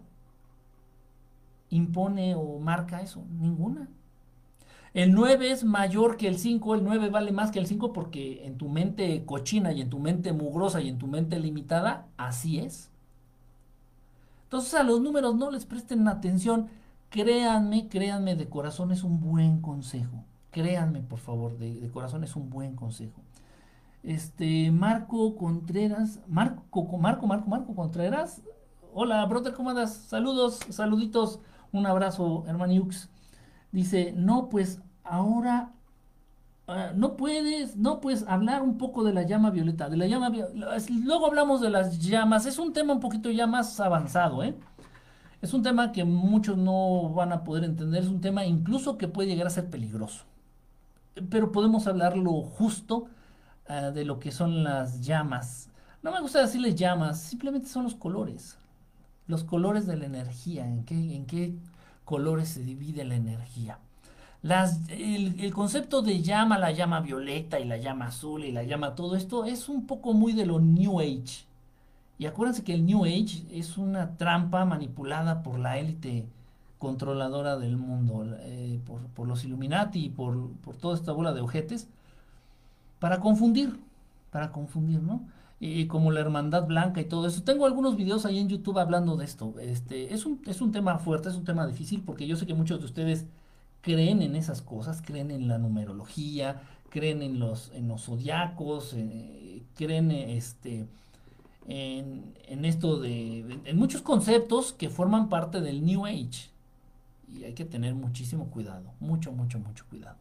impone o marca eso? Ninguna. El nueve es mayor que el cinco, el nueve vale más que el cinco porque en tu mente cochina y en tu mente mugrosa y en tu mente limitada, así es. Entonces a los números no les presten atención, créanme, créanme, de corazón es un buen consejo. Créanme, por favor, de, de corazón es un buen consejo. Este, Marco Contreras, Marco, Marco, Marco, Marco Contreras. Hola, brother, ¿cómo andas? Saludos, saluditos, un abrazo, hermaniux. Dice, no, pues ahora uh, no puedes, no puedes hablar un poco de la llama violeta, de la llama violeta. Luego hablamos de las llamas, es un tema un poquito ya más avanzado, ¿eh? Es un tema que muchos no van a poder entender, es un tema incluso que puede llegar a ser peligroso. Pero podemos hablarlo justo uh, de lo que son las llamas. No me gusta decirles llamas, simplemente son los colores. Los colores de la energía, en qué, en qué colores se divide la energía. Las, el, el concepto de llama, la llama violeta y la llama azul y la llama todo esto es un poco muy de lo New Age. Y acuérdense que el New Age es una trampa manipulada por la élite controladora del mundo, eh, por, por los Illuminati y por, por toda esta bola de ojetes, para confundir, para confundir, ¿no? Y como la hermandad blanca y todo eso. Tengo algunos videos ahí en YouTube hablando de esto. Este, es un, es un tema fuerte, es un tema difícil, porque yo sé que muchos de ustedes creen en esas cosas, creen en la numerología, creen en los, en los zodiacos, eh, creen este, en, en esto de, en, en muchos conceptos que forman parte del New Age. Y hay que tener muchísimo cuidado, mucho, mucho, mucho cuidado.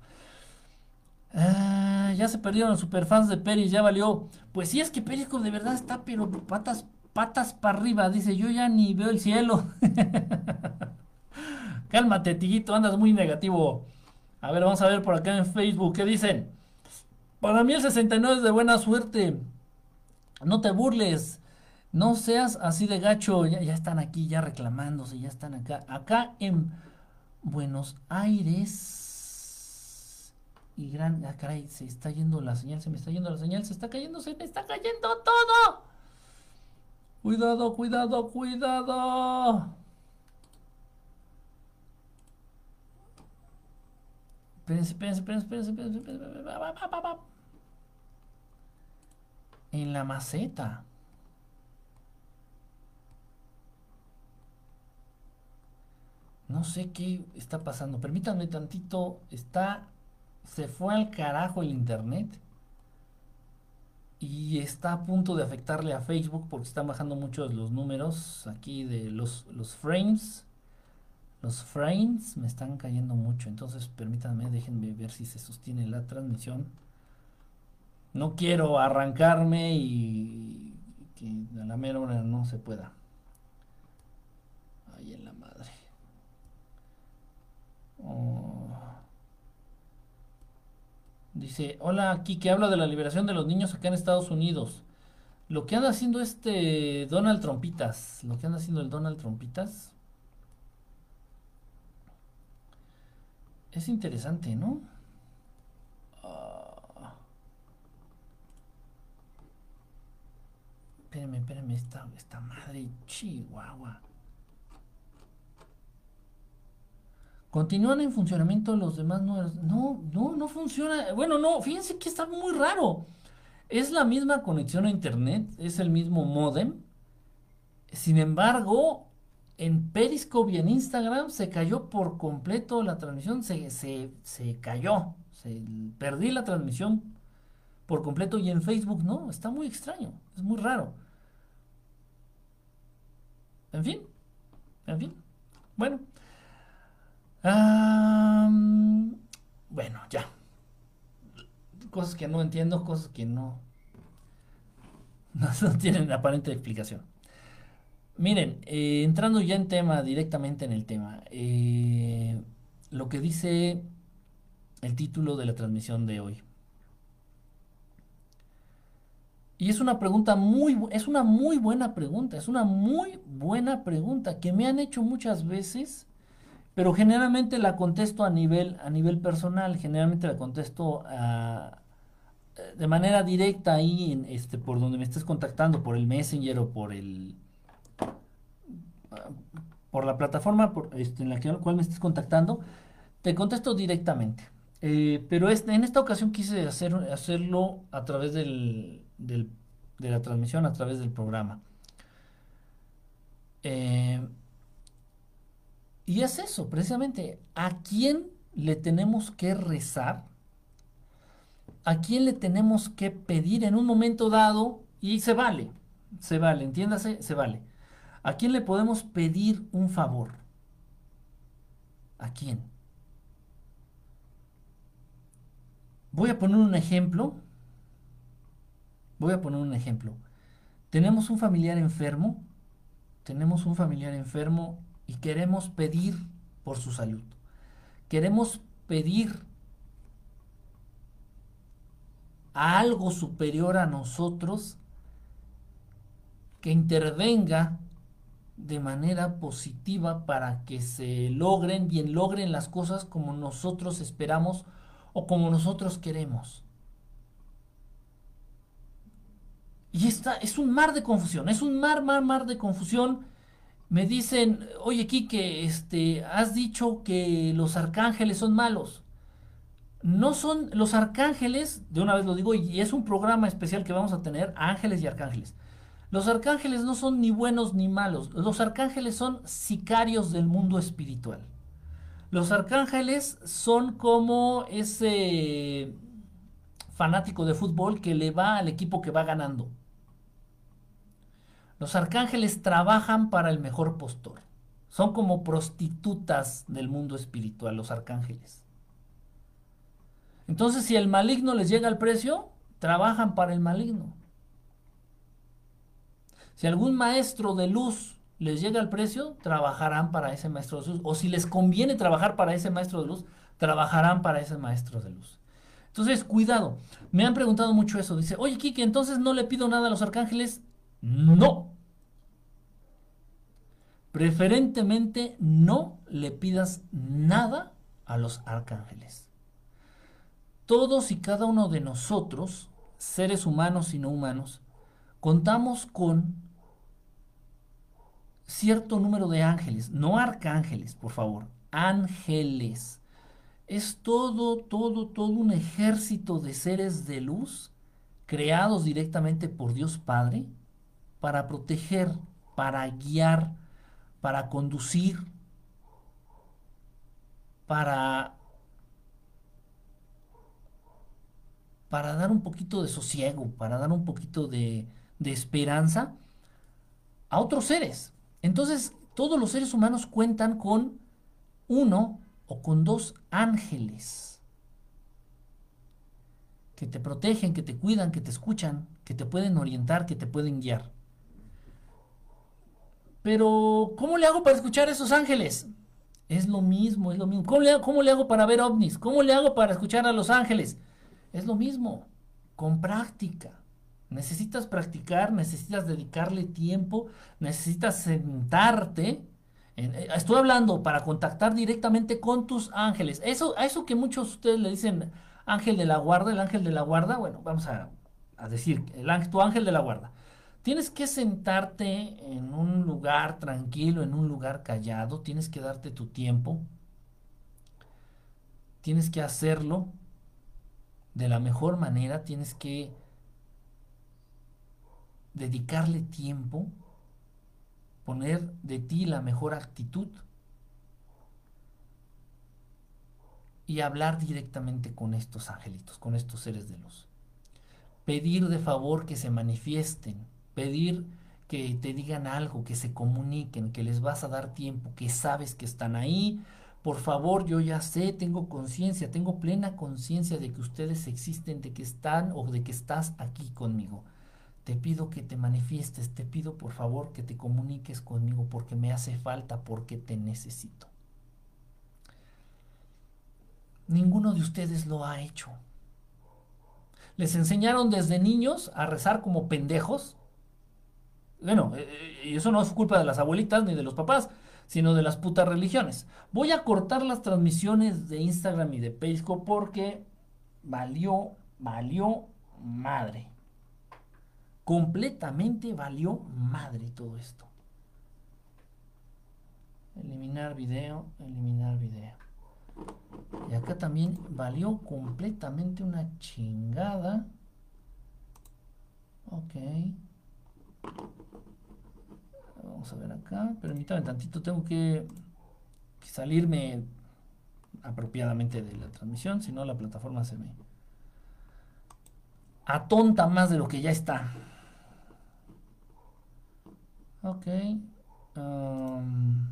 Ah, ya se perdieron los superfans de Peris, ya valió. Pues sí, es que Periscope de verdad está, pero patas, patas para arriba. Dice, yo ya ni veo el cielo. Cálmate, tiguito, andas muy negativo. A ver, vamos a ver por acá en Facebook, ¿qué dicen? Para mí el sesenta y nueve es de buena suerte. No te burles. No seas así de gacho. Ya, ya están aquí, ya reclamándose, ya están acá. Acá en Buenos Aires. Y gran... Ah, caray, se está yendo la señal, se me está yendo la señal, se está cayendo, se me está cayendo todo. Cuidado, cuidado, cuidado. Espérense, espérense, espérense, espérense, espérense, espérense. En la maceta. No sé qué está pasando. Permítanme tantito. Está... Se fue al carajo el internet. Y está a punto de afectarle a Facebook porque están bajando muchos los números aquí de los, los frames. Los frames me están cayendo mucho. Entonces permítanme, déjenme ver si se sostiene la transmisión. No quiero arrancarme y que a la mera hora no se pueda. Ay, en la madre. Oh. Dice, hola, aquí que habla de la liberación de los niños acá en Estados Unidos. Lo que anda haciendo este Donald Trumpitas, lo que anda haciendo el Donald Trumpitas, es interesante, ¿no? Uh, espérenme, espérenme, esta, esta madre chihuahua. Continúan en funcionamiento los demás números. No, no, no funciona. Bueno, no, fíjense que está muy raro. Es la misma conexión a internet, es el mismo modem. Sin embargo, en Periscope y en Instagram se cayó por completo la transmisión, se, se, se cayó, se, perdí la transmisión por completo y en Facebook no, está muy extraño, es muy raro. En fin, en fin, bueno. Um, bueno, ya. Cosas que no entiendo, cosas que no, no, no tienen aparente explicación. Miren, eh, entrando ya en tema, directamente en el tema, eh, lo que dice el título de la transmisión de hoy. Y es una pregunta muy, es una muy buena pregunta, es una muy buena pregunta que me han hecho muchas veces, pero generalmente la contesto a nivel, a nivel personal, generalmente la contesto a, de manera directa ahí, en este, por donde me estés contactando, por el Messenger o por el... por la plataforma por, este, en la que, cual me estés contactando, te contesto directamente. Eh, pero este, en esta ocasión quise hacer, hacerlo a través del, del, de la transmisión, a través del programa. Eh, Y es eso, precisamente, ¿a quién le tenemos que rezar? ¿A quién le tenemos que pedir en un momento dado? Y se vale, se vale, entiéndase, se vale. ¿A quién le podemos pedir un favor? ¿A quién? Voy a poner un ejemplo. Voy a poner un ejemplo. Tenemos un familiar enfermo, tenemos un familiar enfermo y queremos pedir por su salud. Queremos pedir a algo superior a nosotros que intervenga de manera positiva para que se logren, bien logren las cosas como nosotros esperamos o como nosotros queremos. Y esta es un mar de confusión, es un mar, mar, mar de confusión. Me dicen, oye, Quique, este, has dicho que los arcángeles son malos. No son los arcángeles, de una vez lo digo, y es un programa especial que vamos a tener, ángeles y arcángeles. Los arcángeles no son ni buenos ni malos. Los arcángeles son sicarios del mundo espiritual. Los arcángeles son como ese fanático de fútbol que le va al equipo que va ganando. Los arcángeles trabajan para el mejor postor. Son como prostitutas del mundo espiritual, los arcángeles. Entonces, si el maligno les llega al precio, trabajan para el maligno. Si algún maestro de luz les llega al precio, trabajarán para ese maestro de luz. O si les conviene trabajar para ese maestro de luz, trabajarán para ese maestro de luz. Entonces, cuidado. Me han preguntado mucho eso. Dice, oye, Kike, entonces no le pido nada a los arcángeles. No. Preferentemente no le pidas nada a los arcángeles. Todos y cada uno de nosotros, seres humanos y no humanos, contamos con cierto número de ángeles, no arcángeles, por favor, ángeles. Es todo, todo, todo un ejército de seres de luz creados directamente por Dios Padre para proteger, para guiar, para conducir, para, para dar un poquito de sosiego, para dar un poquito de, de esperanza a otros seres. Entonces, todos los seres humanos cuentan con uno o con dos ángeles que te protegen, que te cuidan, que te escuchan, que te pueden orientar, que te pueden guiar. Pero, ¿cómo le hago para escuchar a esos ángeles? Es lo mismo, es lo mismo. ¿Cómo le, hago, ¿Cómo le hago para ver ovnis? ¿Cómo le hago para escuchar a los ángeles? Es lo mismo, con práctica. Necesitas practicar, necesitas dedicarle tiempo, necesitas sentarte. Estoy hablando para contactar directamente con tus ángeles. Eso, a eso que muchos de ustedes le dicen ángel de la guarda, el ángel de la guarda, bueno, vamos a, a decir, el, tu ángel de la guarda. Tienes que sentarte en un lugar tranquilo, en un lugar callado, tienes que darte tu tiempo, tienes que hacerlo de la mejor manera, tienes que dedicarle tiempo, poner de ti la mejor actitud y hablar directamente con estos angelitos, con estos seres de luz. Pedir de favor que se manifiesten, pedir que te digan algo, que se comuniquen, que les vas a dar tiempo, que sabes que están ahí. Por favor, yo ya sé, tengo conciencia, tengo plena conciencia de que ustedes existen, de que están o de que estás aquí conmigo. Te pido que te manifiestes, te pido por favor que te comuniques conmigo porque me hace falta, porque te necesito. Ninguno de ustedes lo ha hecho. Les enseñaron desde niños a rezar como pendejos. Bueno, eh, eso no es culpa de las abuelitas ni de los papás, sino de las putas religiones. Voy a cortar las transmisiones de Instagram y de Periscope porque valió, valió madre. Completamente valió madre todo esto. Eliminar video, eliminar video. Y acá también valió completamente una chingada. Ok. Vamos a ver acá. Permítame tantito, tengo que, que salirme apropiadamente de la transmisión, si no la plataforma se me atonta más de lo que ya está. Ok. Um,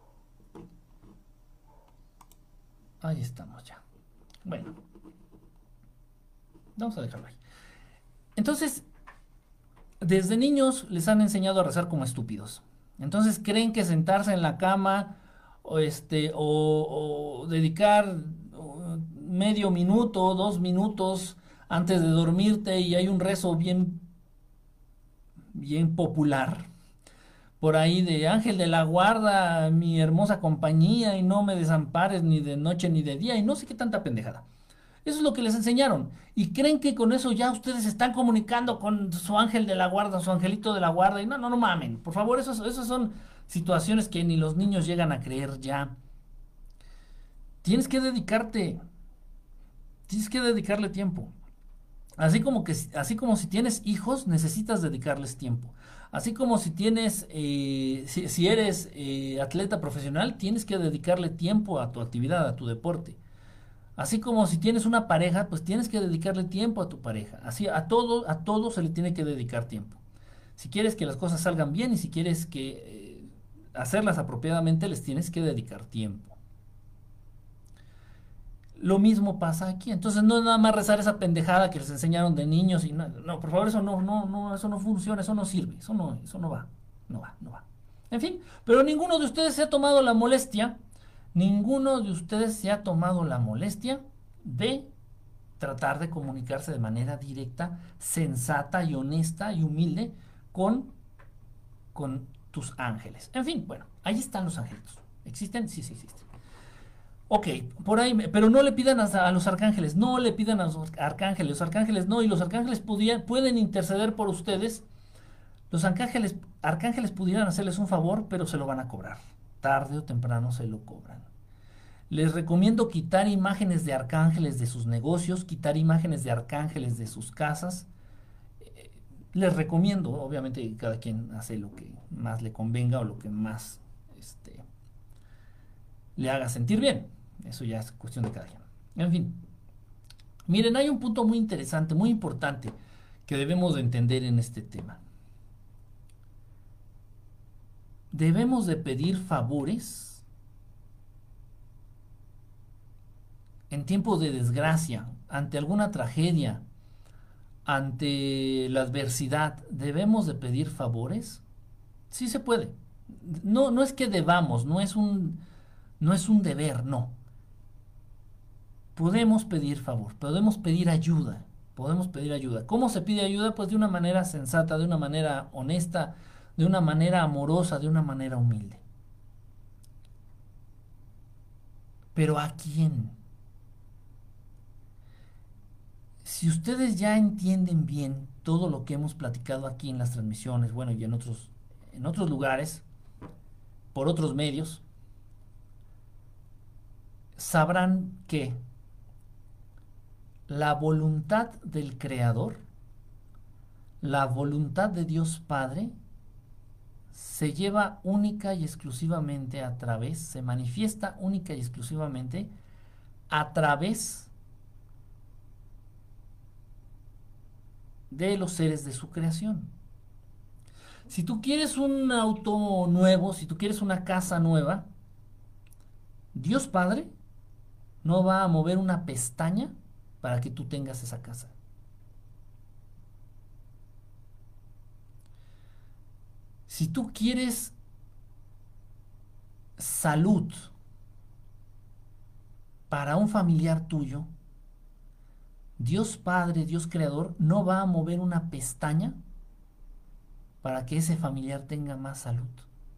ahí estamos ya. Bueno. Vamos a dejarlo ahí. Entonces, desde niños les han enseñado a rezar como estúpidos. Entonces creen que sentarse en la cama o, este, o, o dedicar medio minuto, dos minutos antes de dormirte y hay un rezo bien, bien popular por ahí de Ángel de la Guarda, mi hermosa compañía y no me desampares ni de noche ni de día y no sé qué tanta pendejada. Eso es lo que les enseñaron. Y creen que con eso ya ustedes se están comunicando con su ángel de la guarda, su angelito de la guarda. Y no, no, no mamen. Por favor, esas esos son situaciones que ni los niños llegan a creer ya. Tienes que dedicarte. Tienes que dedicarle tiempo. Así como que, así como si tienes hijos, necesitas dedicarles tiempo. Así como si tienes, eh, si, si eres eh, atleta profesional, tienes que dedicarle tiempo a tu actividad, a tu deporte. Así como si tienes una pareja, pues tienes que dedicarle tiempo a tu pareja. Así a todo, a todo se le tiene que dedicar tiempo. Si quieres que las cosas salgan bien y si quieres que eh, hacerlas apropiadamente, les tienes que dedicar tiempo. Lo mismo pasa aquí. Entonces no es nada más rezar esa pendejada que les enseñaron de niños y no, no, por favor, eso no, no, no, eso no funciona, eso no sirve, eso no, eso no va, no va, no va. En fin, pero ninguno de ustedes se ha tomado la molestia, ninguno de ustedes se ha tomado la molestia de tratar de comunicarse de manera directa, sensata y honesta y humilde con, con tus ángeles. En fin, bueno, ahí están los angelitos. ¿Existen? Sí, sí existen. Ok, por ahí, pero no le pidan a, a los arcángeles, no le pidan a los arcángeles, los arcángeles no, y los arcángeles podían, pueden interceder por ustedes. Los arcángeles, arcángeles pudieran hacerles un favor, pero se lo van a cobrar. Tarde o temprano se lo cobran. Les recomiendo quitar imágenes de arcángeles de sus negocios, quitar imágenes de arcángeles de sus casas. Eh, les recomiendo, obviamente cada quien hace lo que más le convenga o lo que más este, le haga sentir bien. Eso ya es cuestión de cada quien. En fin. Miren, hay un punto muy interesante, muy importante que debemos de entender en este tema. Debemos de pedir favores en tiempos de desgracia, ante alguna tragedia, ante la adversidad. ¿Debemos de pedir favores? Sí se puede. No, no es que debamos, no es un, no es un deber, no. Podemos pedir favor, podemos pedir ayuda, podemos pedir ayuda. ¿Cómo se pide ayuda? Pues de una manera sensata, de una manera honesta, de una manera amorosa, de una manera humilde. ¿Pero a quién? Si ustedes ya entienden bien todo lo que hemos platicado aquí en las transmisiones, bueno, y en otros, en otros lugares, por otros medios, sabrán que la voluntad del Creador, la voluntad de Dios Padre, se lleva única y exclusivamente a través, se manifiesta única y exclusivamente a través de los seres de su creación. Si tú quieres un auto nuevo, si tú quieres una casa nueva, Dios Padre no va a mover una pestaña para que tú tengas esa casa. Si tú quieres salud para un familiar tuyo, Dios Padre, Dios Creador, no va a mover una pestaña para que ese familiar tenga más salud.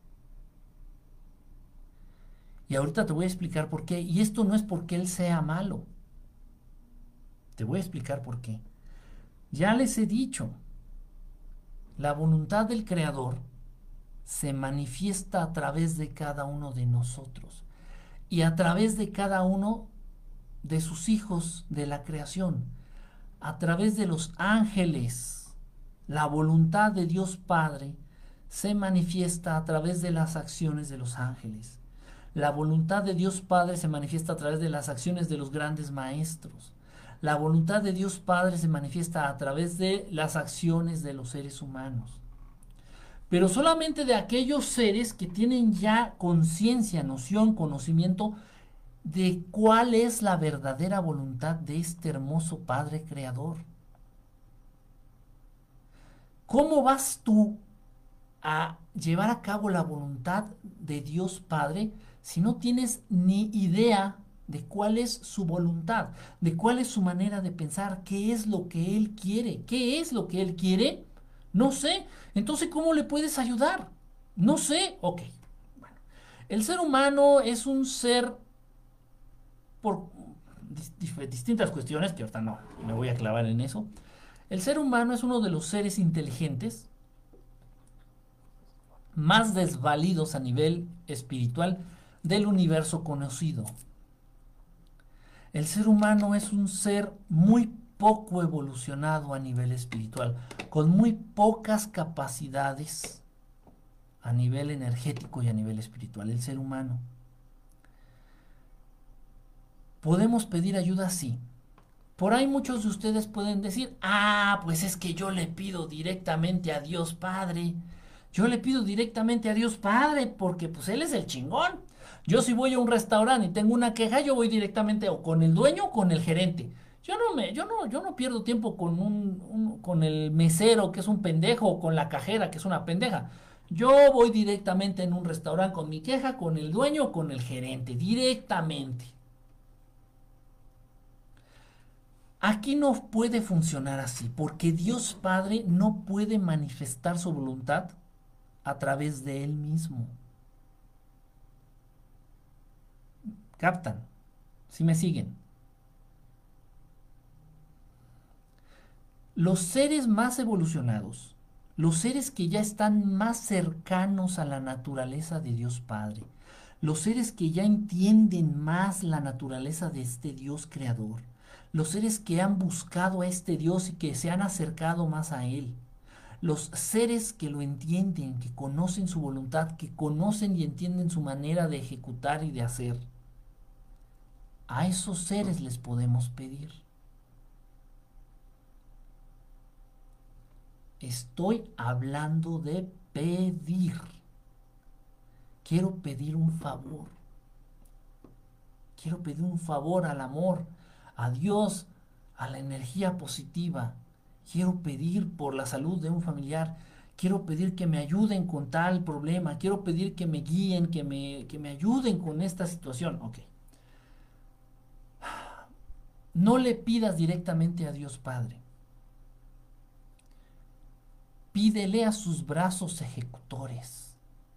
Y ahorita te voy a explicar por qué. Y esto no es porque Él sea malo. Te voy a explicar por qué. Ya les he dicho, la voluntad del Creador se manifiesta a través de cada uno de nosotros y a través de cada uno de sus hijos de la creación, a través de los ángeles. La voluntad de Dios Padre se manifiesta a través de las acciones de los ángeles. La voluntad de Dios Padre se manifiesta a través de las acciones de los grandes maestros. La voluntad de Dios Padre se manifiesta a través de las acciones de los seres humanos. Pero solamente de aquellos seres que tienen ya conciencia, noción, conocimiento de cuál es la verdadera voluntad de este hermoso Padre Creador. ¿Cómo vas tú a llevar a cabo la voluntad de Dios Padre si no tienes ni idea de cuál es su voluntad, de cuál es su manera de pensar, qué es lo que Él quiere? ¿Qué es lo que Él quiere? No sé. Entonces, ¿cómo le puedes ayudar? No sé. Ok. Bueno. El ser humano es un ser por distintas cuestiones, que ahorita no me voy a clavar en eso. El ser humano es uno de los seres inteligentes más desvalidos a nivel espiritual del universo conocido. El ser humano es un ser muy poco evolucionado a nivel espiritual, con muy pocas capacidades a nivel energético y a nivel espiritual. El ser humano. ¿Podemos pedir ayuda? Sí. Por ahí muchos de ustedes pueden decir, ah, pues es que yo le pido directamente a Dios Padre. Yo le pido directamente a Dios Padre porque pues Él es el chingón. Yo si voy a un restaurante y tengo una queja, yo voy directamente o con el dueño o con el gerente. Yo no me, yo no, yo no pierdo tiempo con un, un- con el mesero que es un pendejo o con la cajera que es una pendeja. Yo voy directamente en un restaurante con mi queja, con el dueño o con el gerente, directamente. Aquí no puede funcionar así, porque Dios Padre no puede manifestar su voluntad a través de Él mismo. ¿Captan? ¿Sí me siguen? Los seres más evolucionados, los seres que ya están más cercanos a la naturaleza de Dios Padre, los seres que ya entienden más la naturaleza de este Dios creador, los seres que han buscado a este Dios y que se han acercado más a Él, los seres que lo entienden, que conocen su voluntad, que conocen y entienden su manera de ejecutar y de hacer, a esos seres les podemos pedir. Estoy hablando de pedir. Quiero pedir un favor. Quiero pedir un favor al amor, a Dios, a la energía positiva. Quiero pedir por la salud de un familiar. Quiero pedir que me ayuden con tal problema. Quiero pedir que me guíen, que me, que me ayuden con esta situación. Ok. No le pidas directamente a Dios Padre. Pídele a sus brazos ejecutores.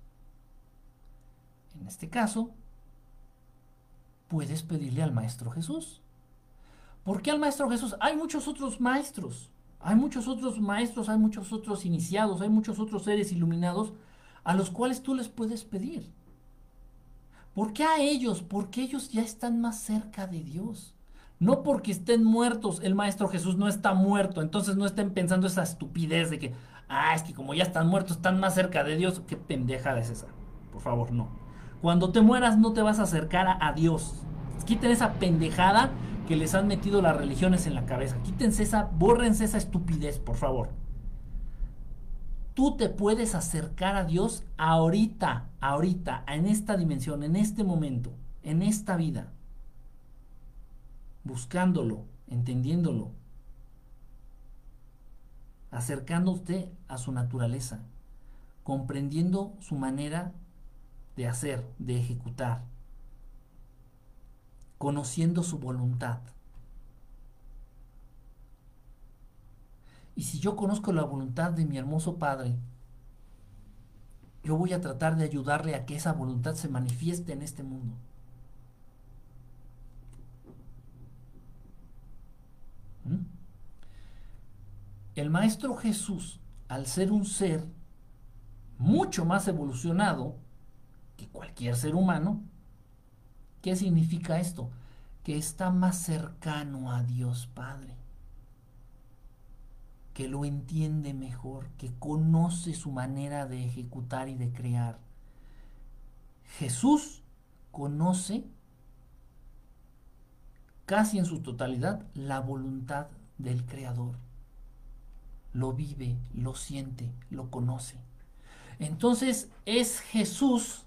En este caso, puedes pedirle al Maestro Jesús. ¿Por qué al Maestro Jesús? Hay muchos otros maestros, hay muchos otros maestros, hay muchos otros iniciados, hay muchos otros seres iluminados a los cuales tú les puedes pedir. ¿Por qué a ellos? Porque ellos ya están más cerca de Dios. No porque estén muertos, el Maestro Jesús no está muerto, entonces no estén pensando esa estupidez de que, ah, es que como ya están muertos, están más cerca de Dios. Qué pendejada es esa. Por favor, no. Cuando te mueras no te vas a acercar a, a Dios. Quiten esa pendejada que les han metido las religiones en la cabeza. Quítense esa, bórrense esa estupidez, por favor. Tú te puedes acercar a Dios ahorita, ahorita, en esta dimensión, en este momento, en esta vida. Buscándolo, entendiéndolo, acercándote a su naturaleza, comprendiendo su manera de hacer, de ejecutar, conociendo su voluntad. Y si yo conozco la voluntad de mi hermoso Padre, yo voy a tratar de ayudarle a que esa voluntad se manifieste en este mundo. ¿Mm? El Maestro Jesús, al ser un ser mucho más evolucionado que cualquier ser humano, ¿qué significa esto? Que está más cercano a Dios Padre, que lo entiende mejor, que conoce su manera de ejecutar y de crear. Jesús conoce casi en su totalidad la voluntad del Creador. Lo vive, lo siente, lo conoce. Entonces es Jesús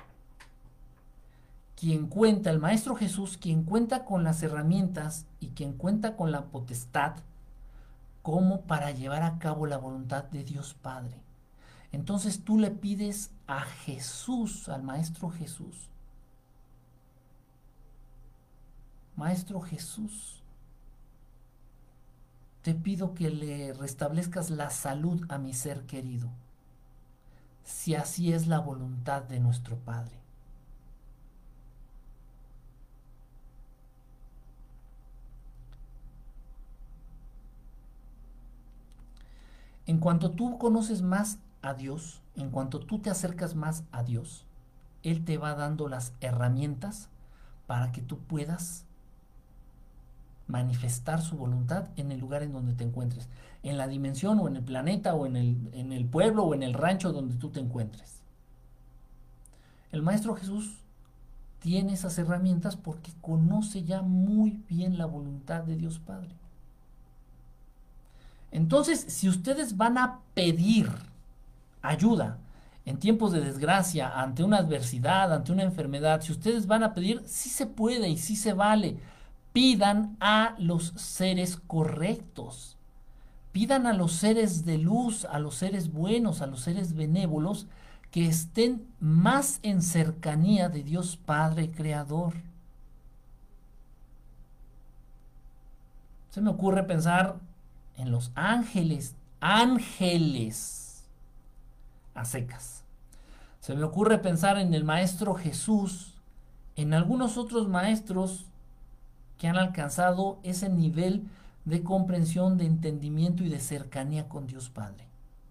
quien cuenta, el Maestro Jesús, quien cuenta con las herramientas y quien cuenta con la potestad como para llevar a cabo la voluntad de Dios Padre. Entonces tú le pides a Jesús, al Maestro Jesús, Maestro Jesús, te pido que le restablezcas la salud a mi ser querido, si así es la voluntad de nuestro Padre. En cuanto tú conoces más a Dios, en cuanto tú te acercas más a Dios, Él te va dando las herramientas para que tú puedas manifestar su voluntad en el lugar en donde te encuentres, en la dimensión o en el planeta o en el, en el pueblo o en el rancho donde tú te encuentres. El Maestro Jesús tiene esas herramientas porque conoce ya muy bien la voluntad de Dios Padre. Entonces, si ustedes van a pedir ayuda en tiempos de desgracia, ante una adversidad, ante una enfermedad, si ustedes van a pedir, sí se puede y sí se vale. Pidan a los seres correctos. Pidan a los seres de luz, a los seres buenos, a los seres benévolos, que estén más en cercanía de Dios Padre Creador. Se me ocurre pensar en los ángeles, ángeles a secas. Se me ocurre pensar en el Maestro Jesús, en algunos otros maestros que han alcanzado ese nivel de comprensión, de entendimiento y de cercanía con Dios Padre.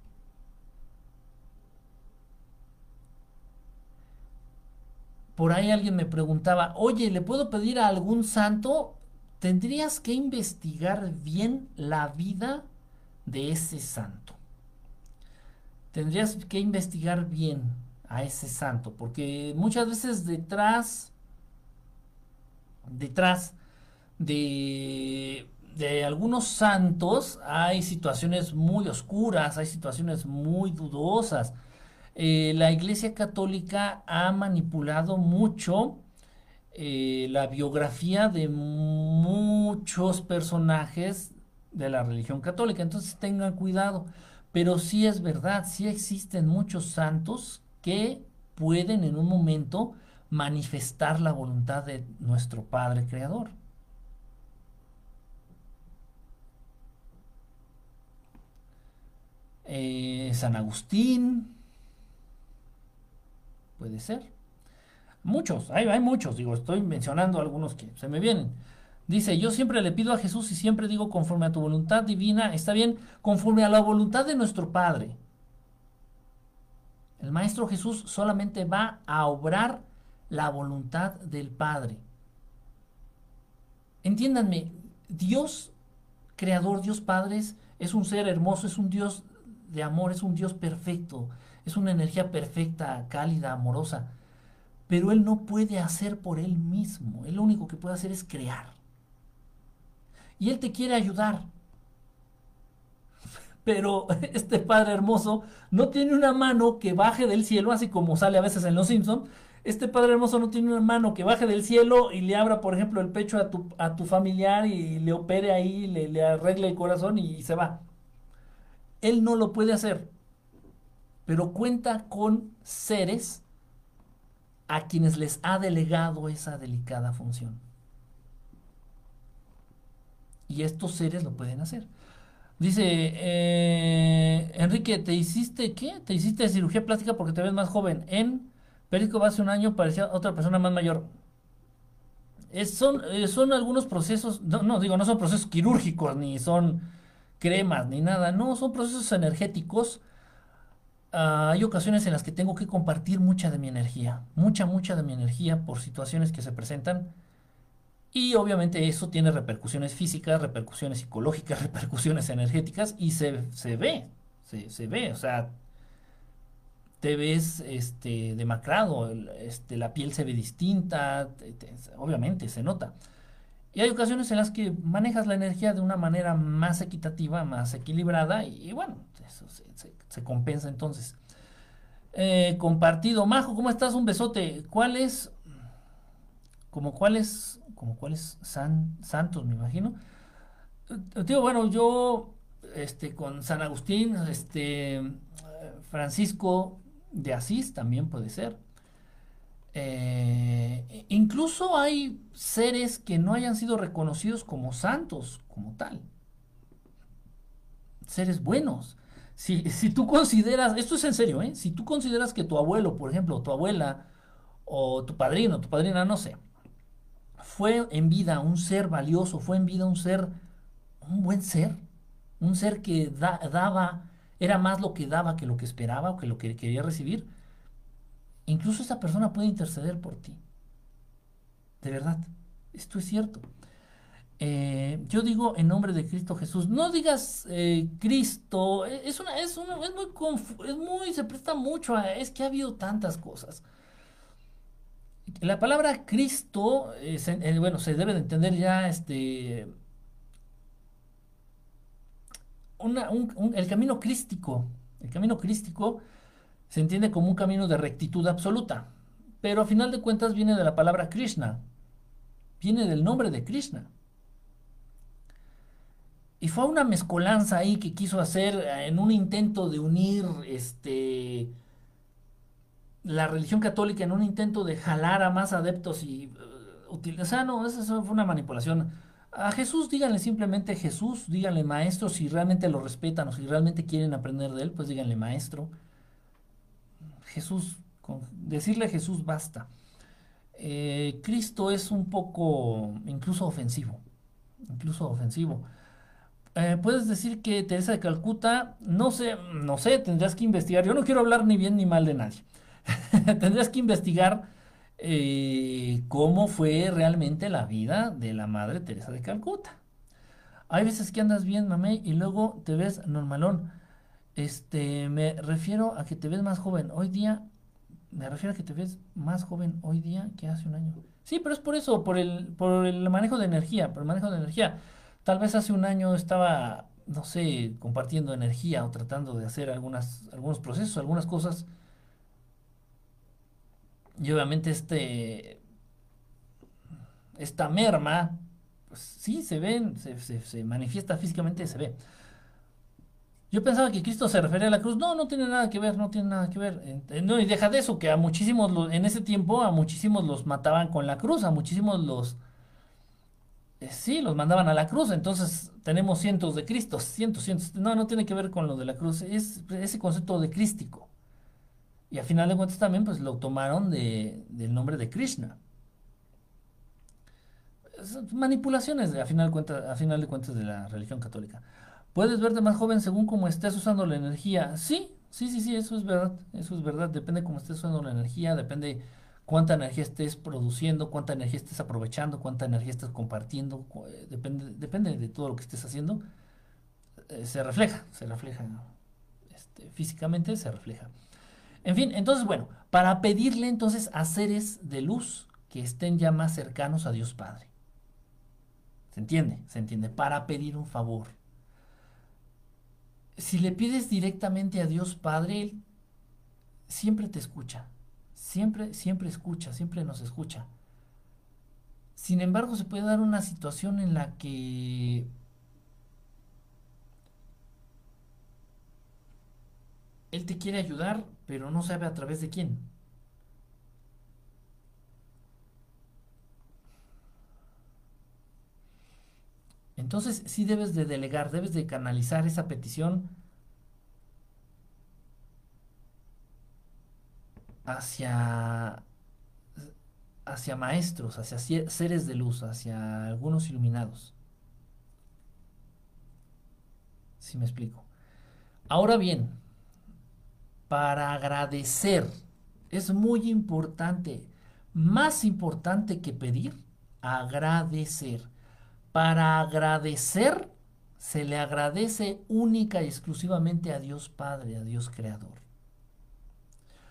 Por ahí alguien me preguntaba, oye, ¿le puedo pedir a algún santo? Tendrías que investigar bien la vida de ese santo. Tendrías que investigar bien a ese santo, porque muchas veces detrás, detrás de, de algunos santos hay situaciones muy oscuras, hay situaciones muy dudosas. Eh, la Iglesia Católica ha manipulado mucho Eh, la biografía de muchos personajes de la religión católica, entonces tengan cuidado, pero sí es verdad, sí existen muchos santos que pueden en un momento manifestar la voluntad de nuestro Padre Creador. Eh, San Agustín, puede ser. Muchos, hay, hay muchos, digo, estoy mencionando algunos que se me vienen. Dice, yo siempre le pido a Jesús y siempre digo conforme a tu voluntad divina, está bien, conforme a la voluntad de nuestro Padre. El Maestro Jesús solamente va a obrar la voluntad del Padre. Entiéndanme, Dios Creador, Dios Padre, es un ser hermoso, es un Dios de amor, es un Dios perfecto, es una energía perfecta, cálida, amorosa. Pero Él no puede hacer por Él mismo. Él lo único que puede hacer es crear. Y Él te quiere ayudar. Pero este Padre hermoso no tiene una mano que baje del cielo, así como sale a veces en Los Simpson. Este Padre hermoso no tiene una mano que baje del cielo y le abra, por ejemplo, el pecho a tu, a tu familiar y le opere ahí, le, le arregle el corazón y, y se va. Él no lo puede hacer. Pero cuenta con seres a quienes les ha delegado esa delicada función. Y estos seres lo pueden hacer. Dice, eh, Enrique, ¿te hiciste qué? ¿Te hiciste cirugía plástica porque te ves más joven? En Perico hace un año parecía otra persona más mayor. Es, son, eh, son algunos procesos, no, no, digo, no son procesos quirúrgicos, ni son cremas, ni nada. No, son procesos energéticos. Uh, hay ocasiones en las que tengo que compartir mucha de mi energía, mucha, mucha de mi energía por situaciones que se presentan y obviamente eso tiene repercusiones físicas, repercusiones psicológicas, repercusiones energéticas y se, se ve, se, se ve, o sea, te ves este, demacrado, el- este, la piel se ve distinta, te- te- obviamente se nota. Y hay ocasiones en las que manejas la energía de una manera más equitativa, más equilibrada, y, y bueno, eso se, se- se compensa entonces. Eh, compartido. Majo, ¿cómo estás? Un besote. ¿Cuál es, como cuáles, como cuáles san, santos, me imagino? Eh, Tío, bueno, yo, este, con San Agustín, este, eh, Francisco de Asís también puede ser. Eh, incluso hay seres que no hayan sido reconocidos como santos, como tal, seres buenos. Si, si tú consideras, esto es en serio, ¿eh? Si tú consideras que tu abuelo, por ejemplo, tu abuela, o tu padrino, tu padrina, no sé, fue en vida un ser valioso, fue en vida un ser, un buen ser, un ser que da- daba, era más lo que daba que lo que esperaba o que lo que quería recibir, incluso esa persona puede interceder por ti, de verdad, esto es cierto. Eh, yo digo en nombre de Cristo Jesús, no digas eh, Cristo, e- es una, es una, es muy, confu- es muy, se presta mucho a, es que ha habido tantas cosas. La palabra Cristo, eh, se- eh, bueno, se debe de entender ya, este, una- un- un- el camino crístico. El camino crístico se entiende como un camino de rectitud absoluta, pero a final de cuentas viene de la palabra Krishna, viene del nombre de Krishna. Y fue una mezcolanza ahí que quiso hacer eh, en un intento de unir este, la religión católica, en un intento de jalar a más adeptos y uh, util- o sea, no, eso fue una manipulación. A Jesús díganle simplemente Jesús, díganle maestro, si realmente lo respetan o si realmente quieren aprender de él, pues díganle maestro. Jesús, con decirle Jesús basta. Eh, Cristo es un poco incluso ofensivo, incluso ofensivo. Eh, puedes decir que Teresa de Calcuta, no sé, no sé, tendrías que investigar. Yo no quiero hablar ni bien ni mal de nadie. Tendrías que investigar eh, cómo fue realmente la vida de la Madre Teresa de Calcuta. Hay veces que andas bien, mamey, y luego te ves normalón. Este, me refiero a que te ves más joven. Hoy día, me refiero a que te ves más joven hoy día que hace un año. Sí, pero es por eso, por el, por el manejo de energía, por el manejo de energía. Tal vez hace un año estaba, no sé, compartiendo energía o tratando de hacer algunas, algunos procesos, algunas cosas. Y obviamente este, esta merma, pues sí, se ven, se, se, se manifiesta físicamente, se ve. Yo pensaba que Cristo se refería a la cruz. No, no tiene nada que ver, no tiene nada que ver. Eh, No, y deja de eso, que a muchísimos, lo- en ese tiempo, a muchísimos los mataban con la cruz, a muchísimos los, eh, sí, los mandaban a la cruz. Entonces tenemos cientos de Cristos, cientos, cientos. No, no tiene que ver con lo de la cruz, es ese concepto de crístico. Y a final de cuentas también, pues lo tomaron de, del nombre de Krishna. Manipulaciones de- a final de cuentas, a final de cuentas de la religión católica. Puedes verte más joven según cómo estés usando la energía. Sí, sí, sí, sí, eso es verdad. Eso es verdad. Depende cómo estés usando la energía, depende cuánta energía estés produciendo, cuánta energía estés aprovechando, cuánta energía estés compartiendo. cu- eh, Depende, depende de todo lo que estés haciendo. Eh, se refleja, se refleja. Este, físicamente se refleja. En fin, entonces, bueno, para pedirle entonces a seres de luz que estén ya más cercanos a Dios Padre. ¿Se entiende? Se entiende. Para pedir un favor. Si le pides directamente a Dios Padre, Él siempre te escucha. Siempre, siempre escucha, siempre nos escucha. Sin embargo, se puede dar una situación en la que Él te quiere ayudar, pero no sabe a través de quién. Entonces, sí debes de delegar, debes de canalizar esa petición hacia, hacia maestros, hacia seres de luz, hacia algunos iluminados. Si me explico. Ahora bien, para agradecer. Es muy importante, más importante que pedir, agradecer. Para agradecer, se le agradece única y exclusivamente a Dios Padre, a Dios Creador.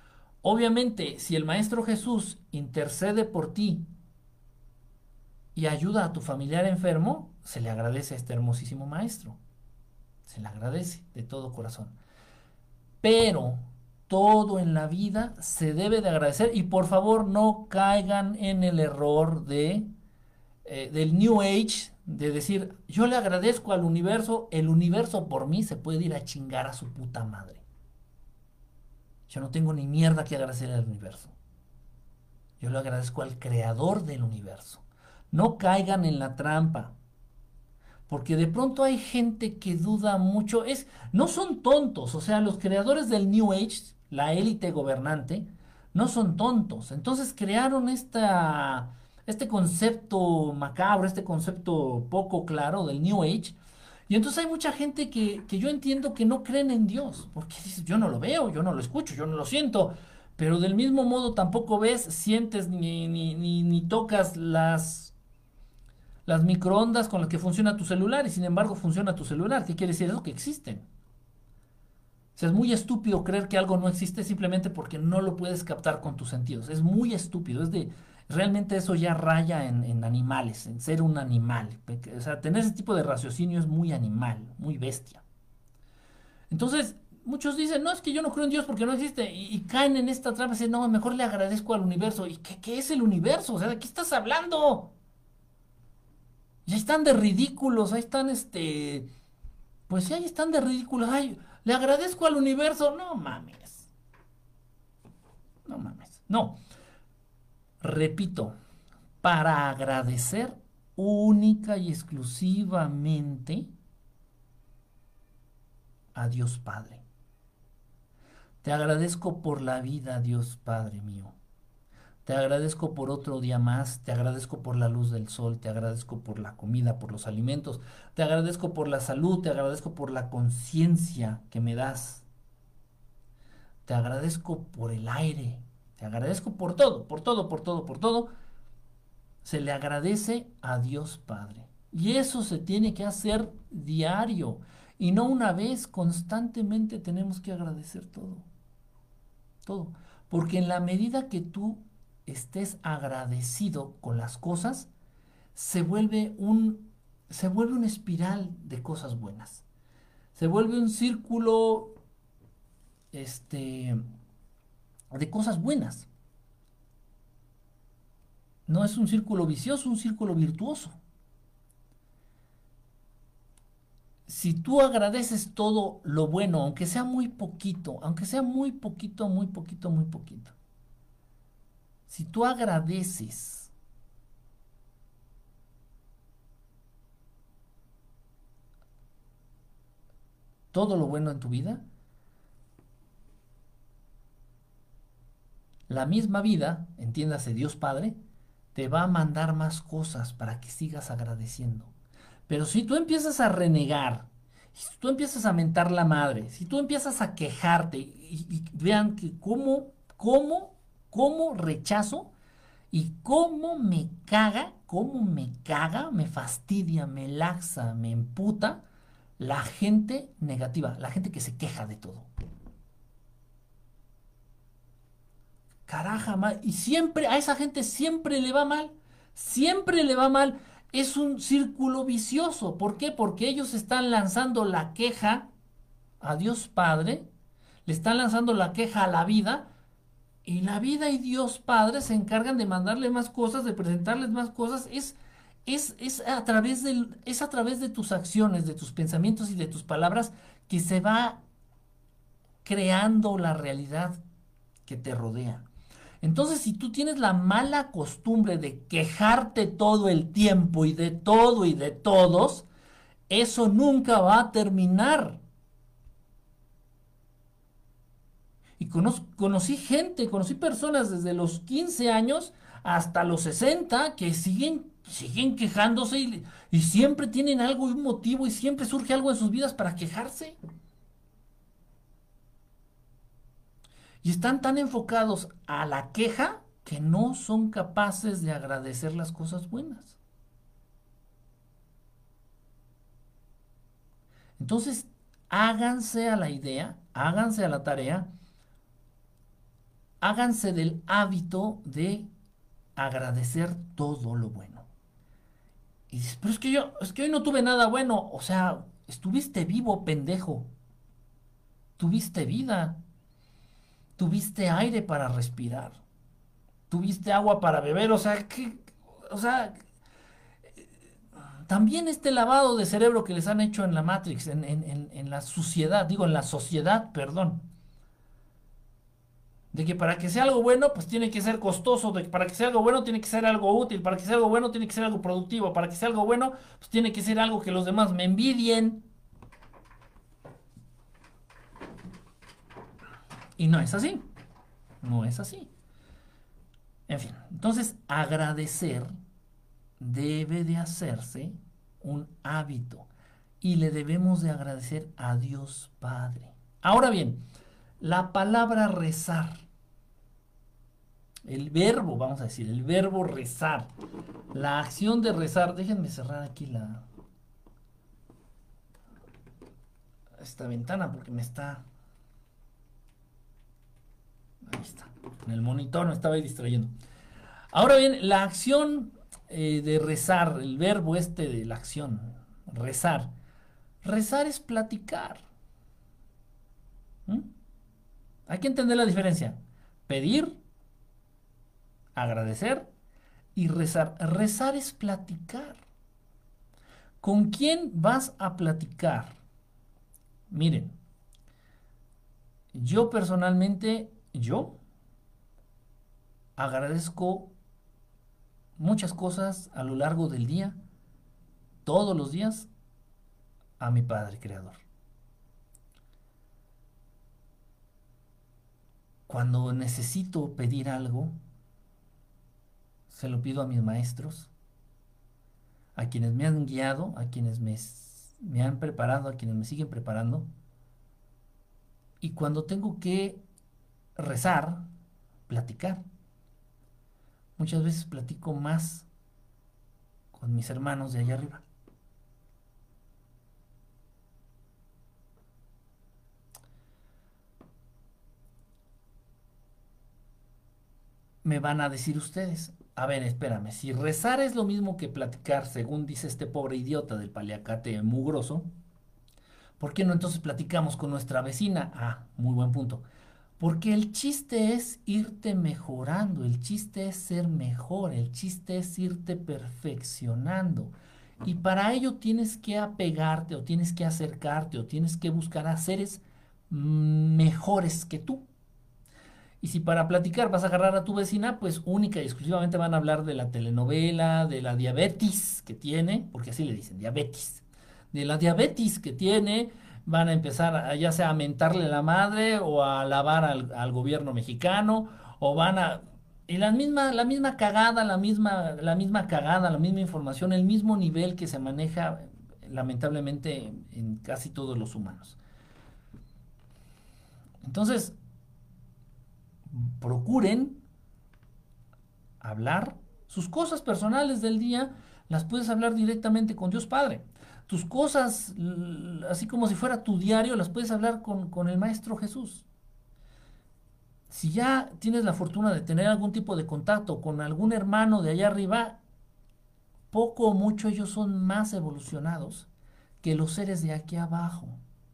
Obviamente, si el Maestro Jesús intercede por ti y ayuda a tu familiar enfermo, se le agradece a este hermosísimo Maestro. Se le agradece de todo corazón. Pero todo en la vida se debe de agradecer y por favor no caigan en el error de, eh, del New Age, de decir, yo le agradezco al universo, el universo por mí se puede ir a chingar a su puta madre. Yo no tengo ni mierda que agradecer al universo. Yo le agradezco al creador del universo. No caigan en la trampa. Porque de pronto hay gente que duda mucho. Es, no son tontos. O sea, los creadores del New Age, la élite gobernante, no son tontos. Entonces crearon esta, este concepto macabro, este concepto poco claro del New Age. Y entonces hay mucha gente que, que yo entiendo que no creen en Dios. Porque dices, yo no lo veo, yo no lo escucho, yo no lo siento. Pero del mismo modo tampoco ves, sientes ni, ni, ni, ni tocas las, las microondas con las que funciona tu celular y sin embargo funciona tu celular. ¿Qué quiere decir eso? Que existen. O sea, es muy estúpido creer que algo no existe simplemente porque no lo puedes captar con tus sentidos. Es muy estúpido. Es de, realmente eso ya raya en, en animales, en ser un animal. O sea, tener ese tipo de raciocinio es muy animal, muy bestia. Entonces, muchos dicen, no, es que yo no creo en Dios porque no existe. Y, y caen en esta trampa y dicen, no, mejor le agradezco al universo. ¿Y qué, qué es el universo? O sea, ¿de qué estás hablando? Ya están de ridículos, ahí están, este, pues sí, ahí están de ridículos. Ay, le agradezco al universo. No mames, no mames. No, repito, para agradecer única y exclusivamente a Dios Padre. Te agradezco por la vida, Dios Padre mío. Te agradezco por otro día más, te agradezco por la luz del sol, te agradezco por la comida, por los alimentos, te agradezco por la salud, te agradezco por la conciencia que me das, te agradezco por el aire, te agradezco por todo, por todo, por todo, por todo. Se le agradece a Dios Padre. Y eso se tiene que hacer diario y no una vez, constantemente tenemos que agradecer todo, todo. Porque en la medida que tú estés agradecido con las cosas, se vuelve un, se vuelve una espiral de cosas buenas. Se vuelve un círculo, este, de cosas buenas. No es un círculo vicioso, un círculo virtuoso. Si tú agradeces todo lo bueno, aunque sea muy poquito, aunque sea muy poquito, muy poquito, muy poquito. Si tú agradeces todo lo bueno en tu vida, la misma vida, entiéndase Dios Padre, te va a mandar más cosas para que sigas agradeciendo. Pero si tú empiezas a renegar, si tú empiezas a mentar la madre, si tú empiezas a quejarte, y, y vean que cómo, cómo, cómo rechazo y cómo me caga, cómo me caga, me fastidia, me laxa, me emputa la gente negativa, la gente que se queja de todo. Caraja, mal. Y siempre, a esa gente siempre le va mal. Siempre le va mal. Es un círculo vicioso. ¿Por qué? Porque ellos están lanzando la queja a Dios Padre, le están lanzando la queja a la vida, y la vida y Dios Padre se encargan de mandarle más cosas, de presentarles más cosas. Es, es, es, a través del, es a través de tus acciones, de tus pensamientos y de tus palabras que se va creando la realidad que te rodea. Entonces, si tú tienes la mala costumbre de quejarte todo el tiempo y de todo y de todos, eso nunca va a terminar. Y conoz- conocí gente, conocí personas desde los quince años hasta los sesenta que siguen, siguen quejándose y, y siempre tienen algo y un motivo y siempre surge algo en sus vidas para quejarse. Y están tan enfocados a la queja que no son capaces de agradecer las cosas buenas. Entonces, háganse a la idea, háganse a la tarea háganse del hábito de agradecer todo lo bueno. Y dices, pero es que yo, es que hoy no tuve nada bueno. O sea, estuviste vivo, pendejo. Tuviste vida. Tuviste aire para respirar. Tuviste agua para beber. O sea, que, o sea, también este lavado de cerebro que les han hecho en la Matrix, en, en, en, en la suciedad, digo, en la sociedad, perdón. De que para que sea algo bueno, pues tiene que ser costoso. De que para que sea algo bueno, tiene que ser algo útil. Para que sea algo bueno, tiene que ser algo productivo. Para que sea algo bueno, pues tiene que ser algo que los demás me envidien. Y no es así. No es así. En fin, entonces agradecer debe de hacerse un hábito. Y le debemos de agradecer a Dios Padre. Ahora bien, la palabra rezar, el verbo, vamos a decir, el verbo rezar, la acción de rezar, déjenme cerrar aquí la esta ventana porque me está, ahí está, en el monitor me estaba ahí distrayendo. Ahora bien, la acción eh, de rezar, el verbo este de la acción, rezar, rezar es platicar. ¿Mm? Hay que entender la diferencia. Pedir, agradecer y rezar. Rezar es platicar. ¿Con quién vas a platicar? Miren, yo personalmente, yo agradezco muchas cosas a lo largo del día, todos los días, a mi Padre Creador. Cuando necesito pedir algo, se lo pido a mis maestros, a quienes me han guiado, a quienes me, me han preparado, a quienes me siguen preparando. Y cuando tengo que rezar, platicar. Muchas veces platico más con mis hermanos de allá arriba. Me van a decir ustedes, a ver, espérame, si rezar es lo mismo que platicar, según dice este pobre idiota del paliacate mugroso, ¿por qué no entonces platicamos con nuestra vecina? Ah, muy buen punto. Porque el chiste es irte mejorando, el chiste es ser mejor, el chiste es irte perfeccionando. Y para ello tienes que apegarte o tienes que acercarte o tienes que buscar a seres mejores que tú. Y si para platicar vas a agarrar a tu vecina, pues única y exclusivamente van a hablar de la telenovela, de la diabetes que tiene, porque así le dicen, diabetes, de la diabetes que tiene, van a empezar a, ya sea a mentarle la madre o a alabar al, al gobierno mexicano, o van a... Y la misma, la misma cagada, la misma, la misma cagada, la misma información, el mismo nivel que se maneja lamentablemente en casi todos los humanos. Entonces, procuren hablar sus cosas personales del día, las puedes hablar directamente con Dios Padre. Tus cosas, así como si fuera tu diario, las puedes hablar con, con el Maestro Jesús. Si ya tienes la fortuna de tener algún tipo de contacto con algún hermano de allá arriba, poco o mucho ellos son más evolucionados que los seres de aquí abajo.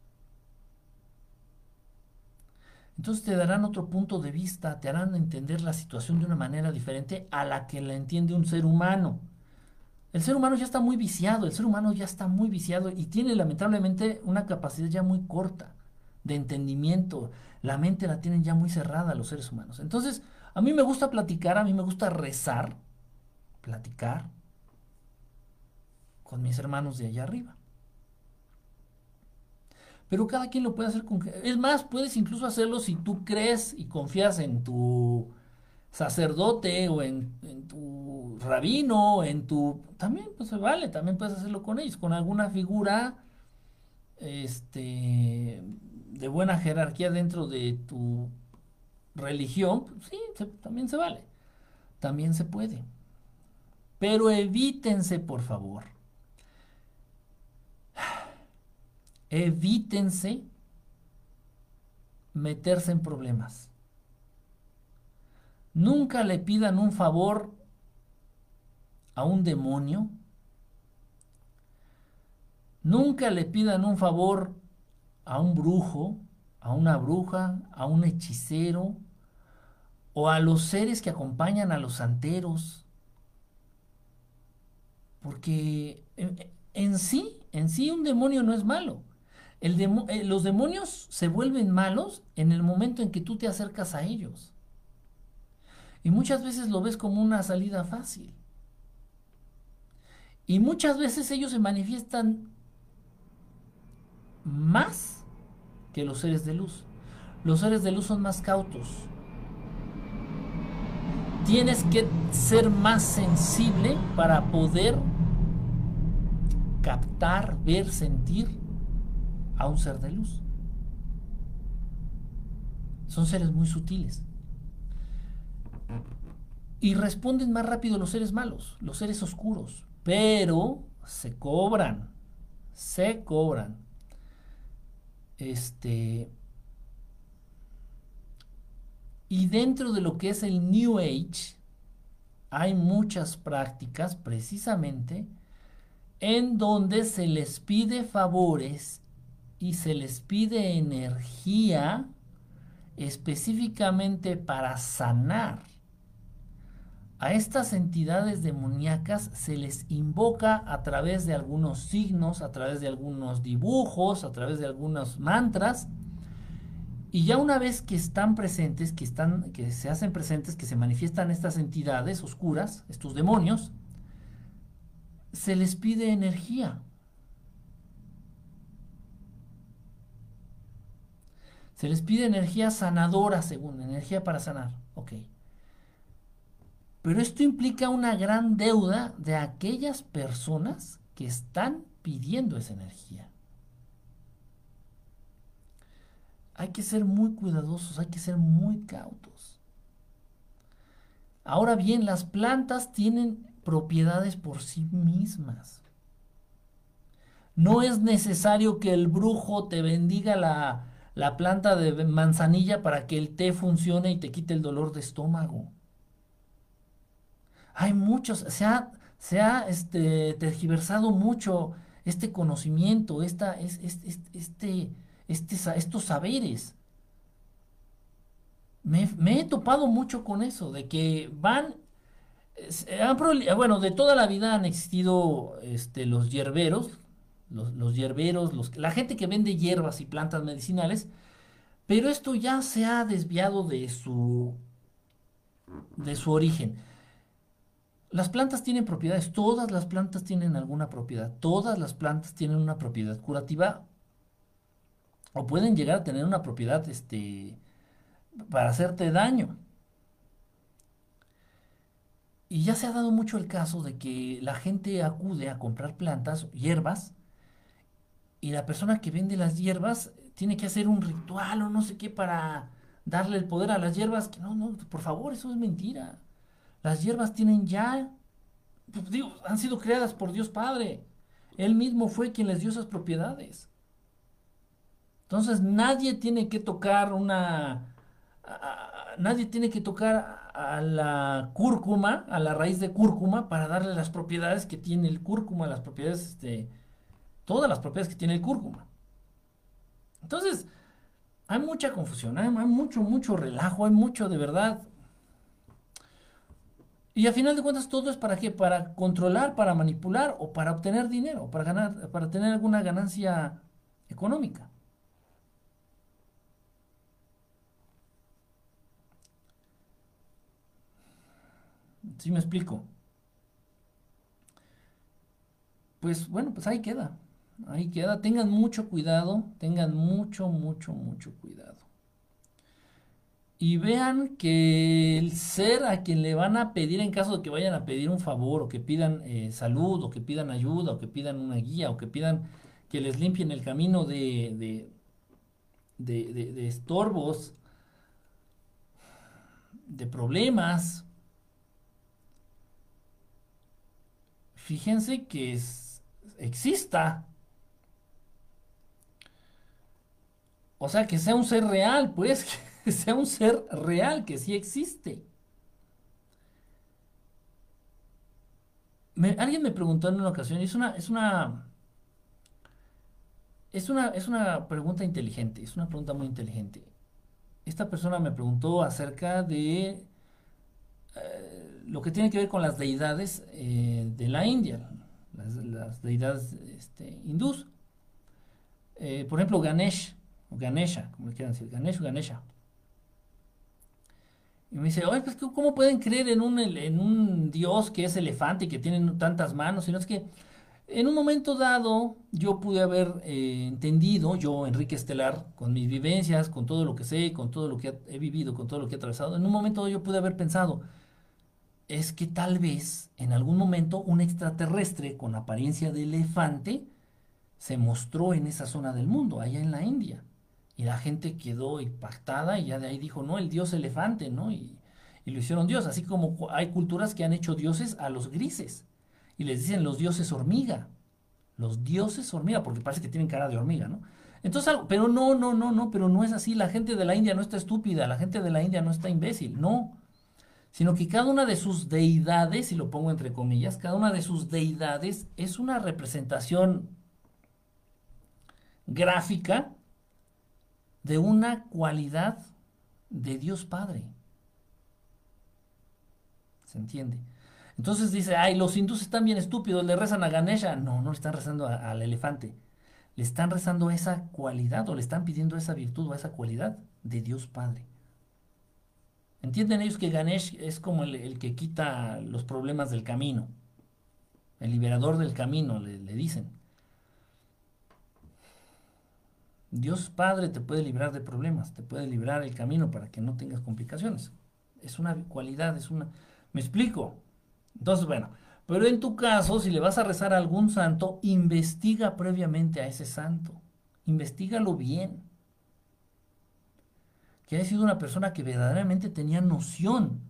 Entonces te darán otro punto de vista, te harán entender la situación de una manera diferente a la que la entiende un ser humano. El ser humano ya está muy viciado, el ser humano ya está muy viciado y tiene lamentablemente una capacidad ya muy corta de entendimiento. La mente la tienen ya muy cerrada los seres humanos. Entonces, a mí me gusta platicar, a mí me gusta rezar, platicar con mis hermanos de allá arriba. Pero cada quien lo puede hacer con... Es más, puedes incluso hacerlo si tú crees y confías en tu sacerdote o en, en tu rabino, en tu... También pues se vale, también puedes hacerlo con ellos, con alguna figura este, de buena jerarquía dentro de tu religión, pues sí, se, también se vale, también se puede. Pero evítense, por favor, evítense meterse en problemas. Nunca le pidan un favor a un demonio. Nunca le pidan un favor a un brujo, a una bruja, a un hechicero o a los seres que acompañan a los santeros. Porque en, en sí, en sí un demonio no es malo. El demo- eh, los demonios se vuelven malos en el momento en que tú te acercas a ellos. Y muchas veces lo ves como una salida fácil. Y muchas veces ellos se manifiestan más que los seres de luz. Los seres de luz son más cautos. Tienes que ser más sensible para poder captar, ver, sentir a un ser de luz. Son seres muy sutiles. Y responden más rápido los seres malos, los seres oscuros. Pero se cobran. Se cobran. Este. Y dentro de lo que es el New Age, hay muchas prácticas precisamente en donde se les pide favores y se les pide energía específicamente para sanar. A estas entidades demoníacas se les invoca a través de algunos signos, a través de algunos dibujos, a través de algunos mantras. Y ya una vez que están presentes, que, están, que se hacen presentes, que se manifiestan estas entidades oscuras, estos demonios, se les pide energía. Se les pide energía sanadora, según, energía para sanar. Ok. Pero esto implica una gran deuda de aquellas personas que están pidiendo esa energía. Hay que ser muy cuidadosos, hay que ser muy cautos. Ahora bien, las plantas tienen propiedades por sí mismas. No es necesario que el brujo te bendiga la, la planta de manzanilla para que el té funcione y te quite el dolor de estómago. Hay muchos, se ha, se ha este, tergiversado mucho este conocimiento, esta, es, es- es- este, este, sa- estos saberes. Me, me he topado mucho con eso, de que van, es- han proli- bueno, de toda la vida han existido este, los hierberos, los, los hierberos, los, la gente que vende hierbas y plantas medicinales, pero esto ya se ha desviado de su, de su origen. Las plantas tienen propiedades, todas las plantas tienen alguna propiedad, todas las plantas tienen una propiedad curativa o pueden llegar a tener una propiedad este, para hacerte daño. Y ya se ha dado mucho el caso de que la gente acude a comprar plantas, hierbas, y la persona que vende las hierbas tiene que hacer un ritual o no sé qué para darle el poder a las hierbas. Que no, no, por favor, eso es mentira. Las hierbas tienen ya, pues, digo, han sido creadas por Dios Padre. Él mismo fue quien les dio esas propiedades. Entonces nadie tiene que tocar una... a- a- nadie tiene que tocar a la cúrcuma, a la raíz de cúrcuma, para darle las propiedades que tiene el cúrcuma, las propiedades, este, todas las propiedades que tiene el cúrcuma. Entonces, hay mucha confusión, hay, hay mucho, mucho relajo, hay mucho de verdad. Y a final de cuentas, todo es para qué, para controlar, para manipular o para obtener dinero, para ganar, para tener alguna ganancia económica. ¿Sí me explico? Pues bueno, pues ahí queda. Ahí queda. Tengan mucho cuidado. Tengan mucho, mucho, mucho cuidado. Y vean que el ser a quien le van a pedir en caso de que vayan a pedir un favor o que pidan eh, salud o que pidan ayuda o que pidan una guía o que pidan que les limpien el camino de, de, de, de- de estorbos, de problemas. Fíjense que es- exista. O sea, que sea un ser real, pues, que sea un ser real, que sí existe. Me- alguien me preguntó en una ocasión, y es una, es una, es una, es una pregunta inteligente, es una pregunta muy inteligente. Esta persona me preguntó acerca de eh, lo que tiene que ver con las deidades eh, de la India, las, las deidades este, hindús. Eh, por ejemplo, Ganesh, o Ganesha, como le quieran decir, Ganesh o Ganesha. Y me dice, oye, pues, ¿cómo pueden creer en un, en un dios que es elefante y que tiene tantas manos? Y no es que en un momento dado yo pude haber eh, entendido, yo, Enrique Estelar, con mis vivencias, con todo lo que sé, con todo lo que he vivido, con todo lo que he atravesado, en un momento yo pude haber pensado, es que tal vez en algún momento un extraterrestre con apariencia de elefante se mostró en esa zona del mundo, allá en la India. Y la gente quedó impactada y ya de ahí dijo, no, el dios elefante, ¿no? Y, y lo hicieron dios, así como cu- hay culturas que han hecho dioses a los grises y les dicen los dioses hormiga, los dioses hormiga, porque parece que tienen cara de hormiga, ¿no? Entonces, algo- pero no, no, no, no, pero no es así, la gente de la India no está estúpida, la gente de la India no está imbécil, no, sino que cada una de sus deidades, y lo pongo entre comillas, cada una de sus deidades es una representación gráfica de una cualidad de Dios Padre. ¿Se entiende? Entonces dice, ay, los hindúes están bien estúpidos, le rezan a Ganesha. No, no le están rezando a- al elefante. Le están rezando esa cualidad o le están pidiendo esa virtud o esa cualidad de Dios Padre. Entienden ellos que Ganesh es como el, el que quita los problemas del camino, el liberador del camino, le, le dicen. Dios Padre te puede librar de problemas, te puede librar el camino para que no tengas complicaciones. Es una cualidad, es una... ¿Me explico? Entonces, bueno, pero en tu caso, si le vas a rezar a algún santo, investiga previamente a ese santo. Investígalo bien. Que haya sido una persona que verdaderamente tenía noción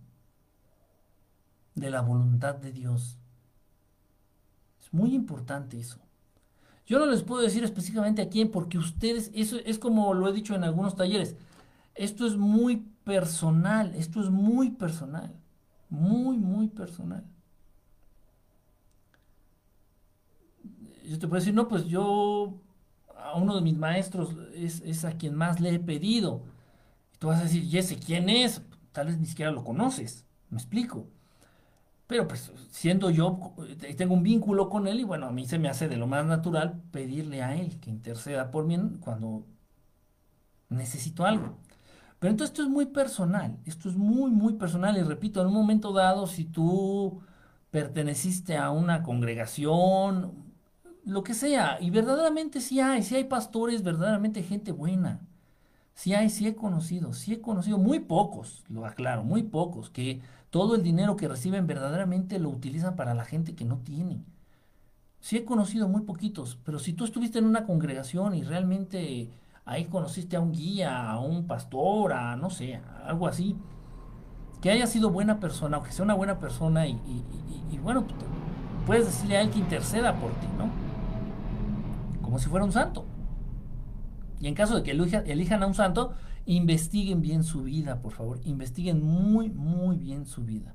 de la voluntad de Dios. Es muy importante eso. Yo no les puedo decir específicamente a quién, porque ustedes, eso es como lo he dicho en algunos talleres, esto es muy personal, esto es muy personal, muy, muy personal. Yo te puedo decir, no, pues yo a uno de mis maestros es, es a quien más le he pedido. Y tú vas a decir, Jesse, ¿quién es? Tal vez ni siquiera lo conoces, me explico. Pero pues siendo yo, eh, tengo un vínculo con él y bueno, a mí se me hace de lo más natural pedirle a él que interceda por mí cuando necesito algo. Pero entonces esto es muy personal, esto es muy, muy personal y repito, en un momento dado, si tú perteneciste a una congregación, lo que sea, y verdaderamente sí hay, sí hay pastores, verdaderamente gente buena, sí hay, sí he conocido, sí he conocido muy pocos, lo aclaro, muy pocos, que todo el dinero que reciben verdaderamente lo utilizan para la gente que no tiene. Sí he conocido muy poquitos, pero si tú estuviste en una congregación y realmente ahí conociste a un guía, a un pastor, a no sé, a algo así, que haya sido buena persona o que sea una buena persona y, y- y- y bueno, pues, puedes decirle a él que interceda por ti, ¿no? Como si fuera un santo. Y en caso de que elija- elijan a un santo, investiguen bien su vida, por favor, investiguen muy, muy bien su vida.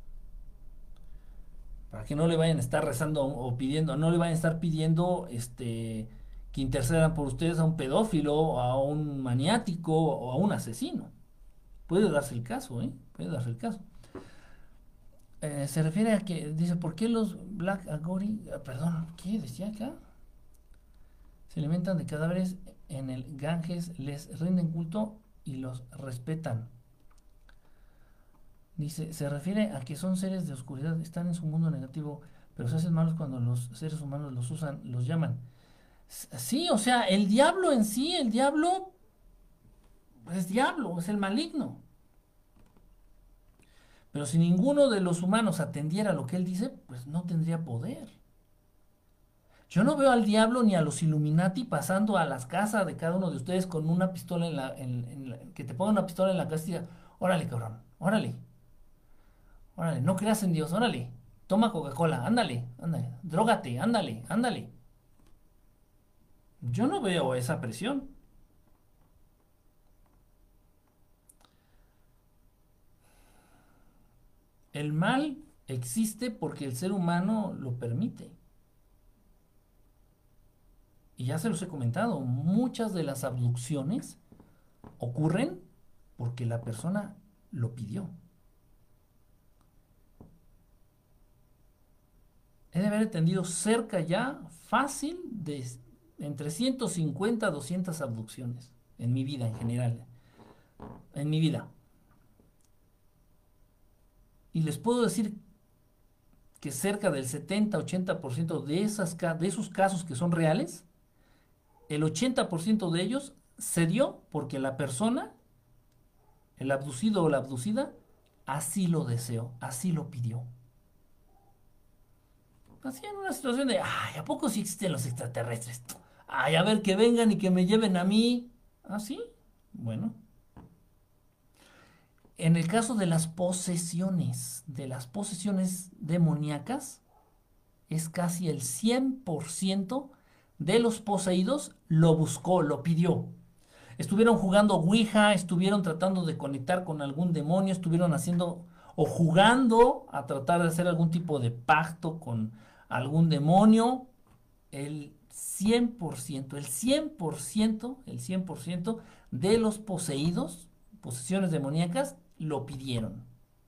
Para que no le vayan a estar rezando o pidiendo, no le vayan a estar pidiendo este, que intercedan por ustedes a un pedófilo, a un maniático o a un asesino. Puede darse el caso, ¿eh? Puede darse el caso. Eh, se refiere a que, dice, ¿por qué los Black Agori, ah, perdón, ¿qué decía acá? Se alimentan de cadáveres en el Ganges, les rinden culto y los respetan. Dice, se refiere a que son seres de oscuridad, están en su mundo negativo, pero se hacen malos cuando los seres humanos los usan, los llaman. Sí, o sea, el diablo en sí, el diablo es diablo, es el maligno. Pero si ninguno de los humanos atendiera lo que él dice, pues no tendría poder. Yo no veo al diablo ni a los Illuminati pasando a las casas de cada uno de ustedes con una pistola en la, en, en la- que te pongan una pistola en la casa y diga, órale, cabrón, órale, órale, no creas en Dios, órale, toma Coca-Cola, ándale, ándale, drógate, ándale, ándale. Yo no veo esa presión. El mal Existe porque el ser humano lo permite. Y ya se los he comentado, muchas de las abducciones ocurren porque la persona lo pidió. He de haber atendido cerca ya, fácil, de entre ciento cincuenta a doscientas abducciones en mi vida en general. En mi vida. Y les puedo decir que cerca del setenta a ochenta por ciento de, esas, de esos casos que son reales, el ochenta por ciento de ellos se dio porque la persona, el abducido o la abducida, así lo deseó, así lo pidió. Así en una situación de, ay, ¿a poco sí existen los extraterrestres? Ay, a ver que vengan y que me lleven a mí. ¿Ah, sí? Bueno. En el caso de las posesiones, de las posesiones demoníacas, es casi el cien por ciento de los poseídos lo buscó, lo pidió. Estuvieron jugando Ouija, estuvieron tratando de conectar con algún demonio, estuvieron haciendo o jugando a tratar de hacer algún tipo de pacto con algún demonio. El cien por ciento, el cien por ciento, el cien por ciento de los poseídos, posesiones demoníacas, lo pidieron.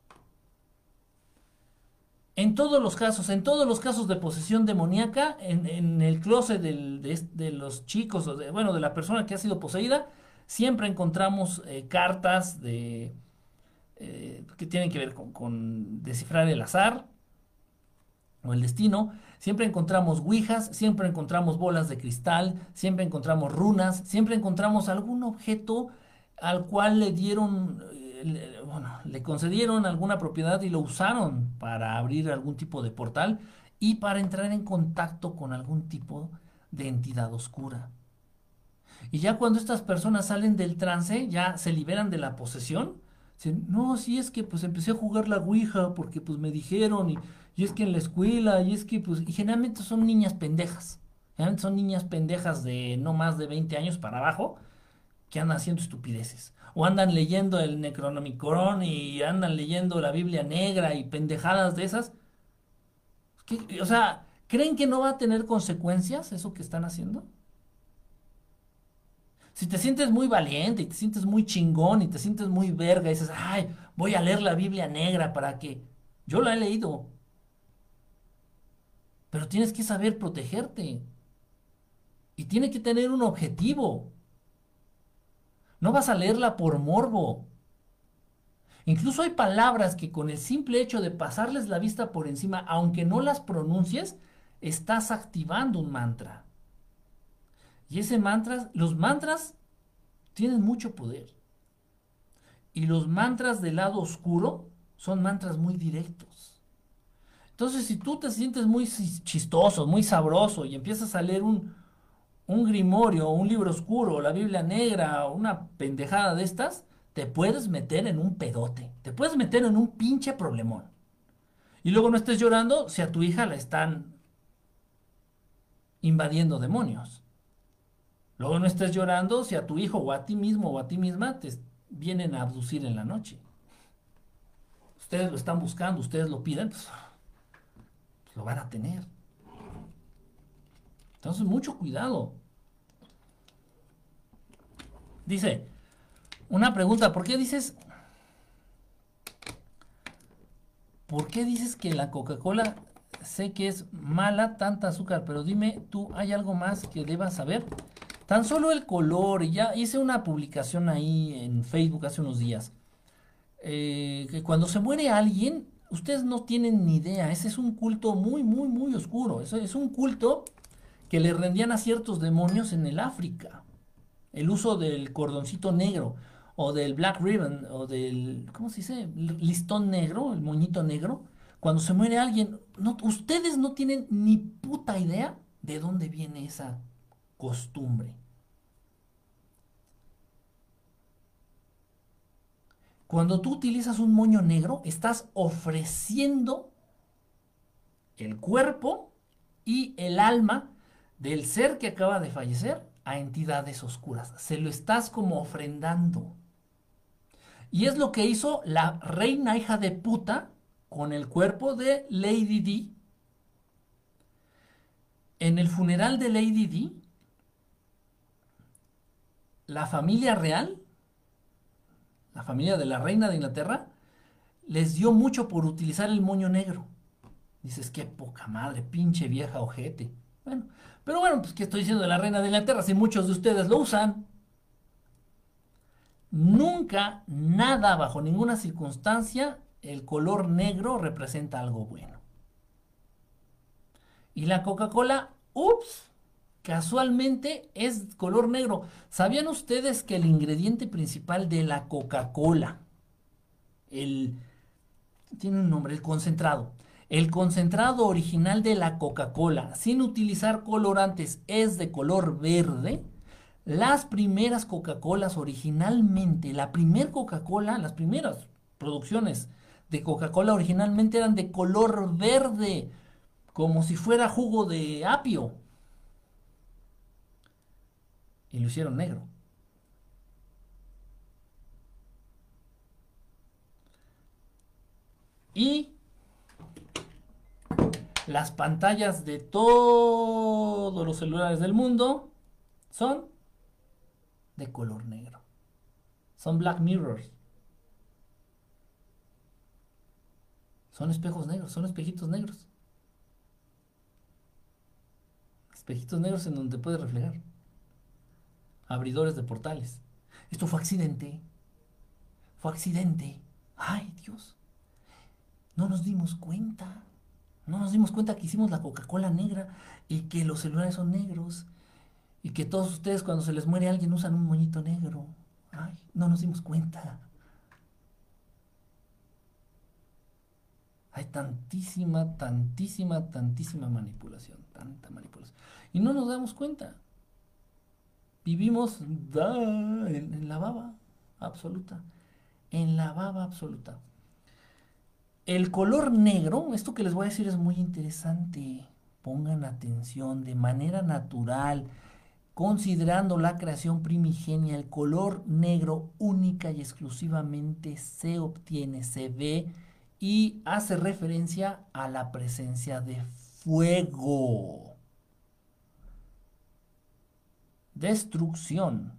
En todos los casos, en todos los casos de posesión demoníaca, en, en el closet del, de, de, los chicos, o de, bueno, de la persona que ha sido poseída, siempre encontramos eh, cartas de, eh, que tienen que ver con, con descifrar el azar o el destino. Siempre encontramos ouijas, siempre encontramos bolas de cristal, siempre encontramos runas, siempre encontramos algún objeto al cual le dieron, eh, bueno, le concedieron alguna propiedad y lo usaron para abrir algún tipo de portal y para entrar en contacto con algún tipo de entidad oscura. Y ya cuando estas personas salen del trance, ya se liberan de la posesión. Dicen, no, sí es que pues empecé a jugar la ouija porque pues me dijeron y, y es que en la escuela y es que pues y generalmente son niñas pendejas. Generalmente son niñas pendejas de no más de veinte años para abajo que andan haciendo estupideces. O andan leyendo el Necronomicon y andan leyendo la Biblia Negra y pendejadas de esas. ¿Qué? O sea, ¿creen que no va a tener consecuencias eso que están haciendo? Si te sientes muy valiente y te sientes muy chingón y te sientes muy verga y dices, ay, voy a leer la Biblia Negra para que... Yo la he leído. Pero tienes que saber protegerte. Y tiene que tener un objetivo. No vas a leerla por morbo. Incluso hay palabras que con el simple hecho de pasarles la vista por encima, aunque no las pronuncies, estás activando un mantra. Y ese mantra, los mantras tienen mucho poder. Y los mantras del lado oscuro son mantras muy directos. Entonces, si tú te sientes muy chistoso, muy sabroso y empiezas a leer un, un grimorio, un libro oscuro, la Biblia negra, una pendejada de estas, te puedes meter en un pedote. Te puedes meter en un pinche problemón. Y luego no estés llorando si a tu hija la están invadiendo demonios. Luego no estés llorando si a tu hijo o a ti mismo o a ti misma te vienen a abducir en la noche. Ustedes lo están buscando, ustedes lo piden, pues, pues lo van a tener. Entonces, mucho cuidado. Dice, una pregunta, ¿por qué dices, ¿por qué dices que la Coca-Cola sé que es mala, tanta azúcar, pero dime tú, ¿hay algo más que debas saber? Tan solo el color, y ya hice una publicación ahí en Facebook hace unos días, eh, que cuando se muere alguien, ustedes no tienen ni idea, ese es un culto muy, muy, muy oscuro, eso es un culto que le rendían a ciertos demonios en el África, el uso del cordoncito negro, o del black ribbon, o del, ¿cómo se dice? Listón negro, el moñito negro, cuando se muere alguien, no, ustedes no tienen ni puta idea de dónde viene esa costumbre. Cuando tú utilizas un moño negro, estás ofreciendo el cuerpo y el alma del ser que acaba de fallecer a entidades oscuras. Se lo estás como ofrendando. Y es lo que hizo la reina hija de puta con el cuerpo de Lady Di. En el funeral de Lady Di, la familia real, la familia de la reina de Inglaterra, les dio mucho por utilizar el moño negro. Dices, qué poca madre, pinche vieja ojete. Bueno, pero bueno, pues que estoy diciendo de la reina de Inglaterra si muchos de ustedes lo usan. Nunca, nada, bajo ninguna circunstancia, el color negro representa algo bueno. Y la Coca-Cola, ups, casualmente es color negro. ¿Sabían ustedes que el ingrediente principal de la Coca-Cola, el, tiene un nombre, el concentrado, el concentrado original de la Coca-Cola, sin utilizar colorantes, es de color verde? Las primeras Coca-Colas originalmente, la primer Coca-Cola, las primeras producciones de Coca-Cola originalmente eran de color verde, como si fuera jugo de apio. Y lo hicieron negro. Y las pantallas de todos los celulares del mundo son de color negro. Son Black Mirrors. Son espejos negros, son espejitos negros. Espejitos negros en donde te puedes reflejar. Abridores de portales. Esto fue accidente. Fue accidente. Ay, Dios. No nos dimos cuenta. No nos dimos cuenta que hicimos la Coca-Cola negra y que los celulares son negros y que todos ustedes cuando se les muere alguien usan un moñito negro. Ay, no nos dimos cuenta. Hay tantísima, tantísima, tantísima manipulación, tanta manipulación. Y no nos damos cuenta. Vivimos da, en, en la baba absoluta. En la baba absoluta. El color negro, esto que les voy a decir es muy interesante. Pongan atención, de manera natural, considerando la creación primigenia, el color negro única y exclusivamente se obtiene, se ve y hace referencia a la presencia de fuego, destrucción.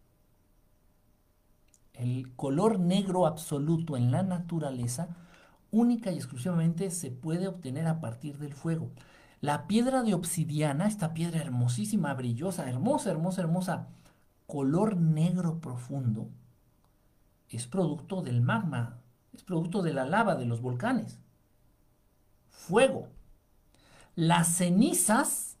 El color negro absoluto en la naturaleza única y exclusivamente se puede obtener a partir del fuego. La piedra de obsidiana, esta piedra hermosísima, brillosa, hermosa, hermosa, hermosa, color negro profundo, es producto del magma, es producto de la lava de los volcanes. Fuego. Las cenizas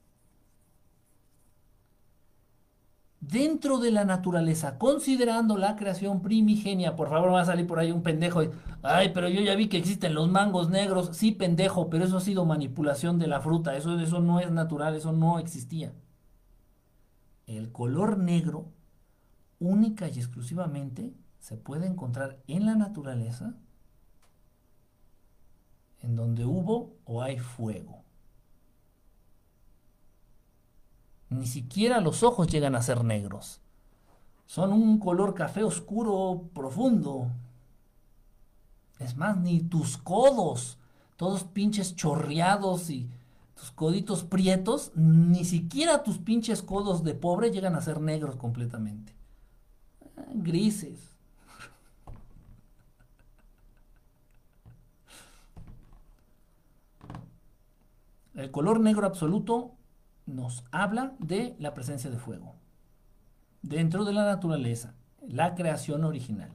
dentro de la naturaleza, considerando la creación primigenia. Por favor, va a salir por ahí un pendejo y, ay, pero yo ya vi que existen los mangos negros. Sí, pendejo, pero eso ha sido manipulación de la fruta. Eso, eso no es natural, eso no existía. El color negro, única y exclusivamente, se puede encontrar en la naturaleza, en donde hubo o hay fuego. Ni siquiera los ojos llegan a ser negros. Son un color café oscuro profundo. Es más, ni tus codos, todos pinches chorreados y tus coditos prietos, ni siquiera tus pinches codos de pobre llegan a ser negros completamente. Ah, grises. El color negro absoluto nos habla de la presencia de fuego dentro de la naturaleza, la creación original.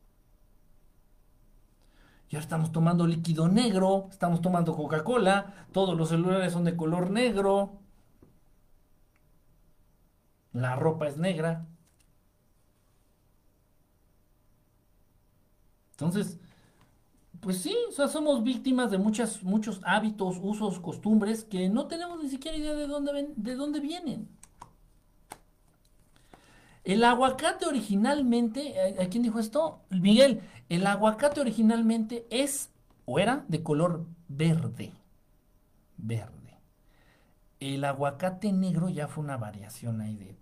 Ya estamos tomando líquido negro, estamos tomando Coca-Cola, todos los celulares son de color negro, la ropa es negra. Entonces, pues sí, o sea, somos víctimas de muchas, muchos hábitos, usos, costumbres que no tenemos ni siquiera idea de dónde, ven, de dónde vienen. El aguacate originalmente, ¿a quién dijo esto? Miguel, el aguacate originalmente es o era de color verde. Verde. El aguacate negro ya fue una variación ahí de...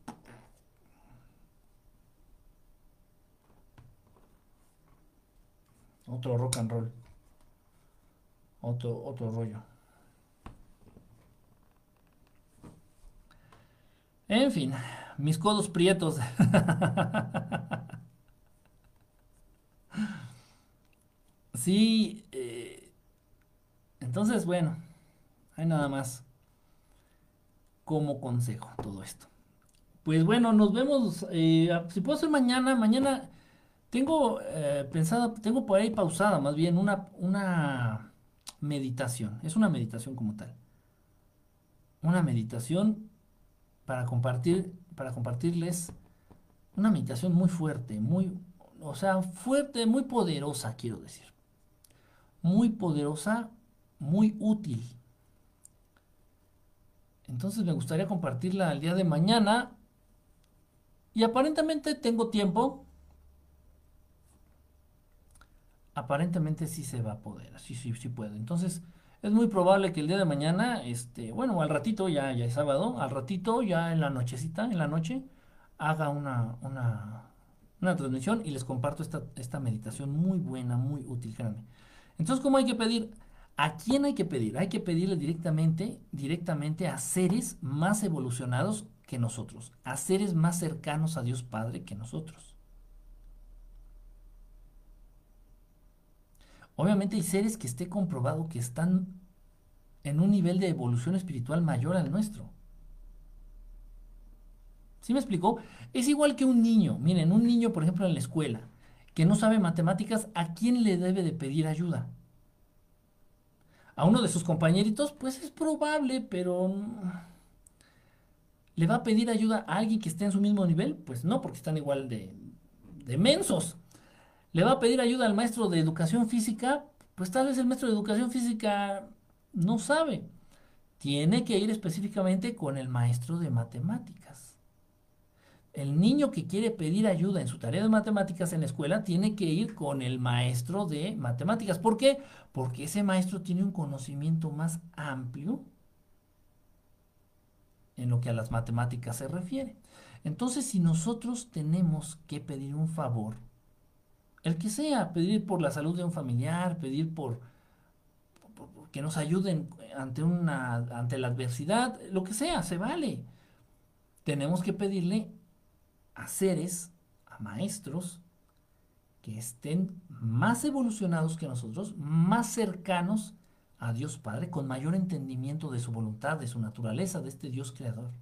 Otro rock and roll. otro, otro rollo. En fin, mis codos prietos. Sí, eh, entonces, bueno, hay nada más como consejo todo esto. Pues bueno, nos vemos. Eh, si puedo ser mañana, mañana tengo eh, pensada, tengo por ahí pausada más bien una, una meditación. Es una meditación como tal. Una meditación para compartir, para compartirles una meditación muy fuerte, muy, o sea, fuerte, muy poderosa, quiero decir. Muy poderosa, muy útil. Entonces me gustaría compartirla el día de mañana y aparentemente tengo tiempo. Aparentemente sí se va a poder, sí, sí, sí puedo. Entonces es muy probable que el día de mañana, este, bueno, al ratito, ya, ya es sábado, al ratito, ya en la nochecita, en la noche, haga una, una, una transmisión y les comparto esta, esta meditación muy buena, muy útil, créanme. Entonces, ¿cómo hay que pedir? ¿A quién hay que pedir? Hay que pedirle directamente, directamente a seres más evolucionados que nosotros, a seres más cercanos a Dios Padre que nosotros. Obviamente hay seres que esté comprobado que están en un nivel de evolución espiritual mayor al nuestro. ¿Sí me explicó? Es igual que un niño. Miren, un niño, por ejemplo, en la escuela, que no sabe matemáticas, ¿a quién le debe de pedir ayuda? ¿A uno de sus compañeritos? Pues es probable, pero ¿le va a pedir ayuda a alguien que esté en su mismo nivel? Pues no, porque están igual de, de mensos. ¿Le va a pedir ayuda al maestro de educación física? Pues tal vez el maestro de educación física no sabe. Tiene que ir específicamente con el maestro de matemáticas. El niño que quiere pedir ayuda en su tarea de matemáticas en la escuela tiene que ir con el maestro de matemáticas. ¿Por qué? Porque ese maestro tiene un conocimiento más amplio en lo que a las matemáticas se refiere. Entonces, si nosotros tenemos que pedir un favor, el que sea, pedir por la salud de un familiar, pedir por, por- por que nos ayuden ante una ante la adversidad, lo que sea, se vale. Tenemos que pedirle a seres, a maestros que estén más evolucionados que nosotros, más cercanos a Dios Padre, con mayor entendimiento de su voluntad, de su naturaleza, de este Dios creador.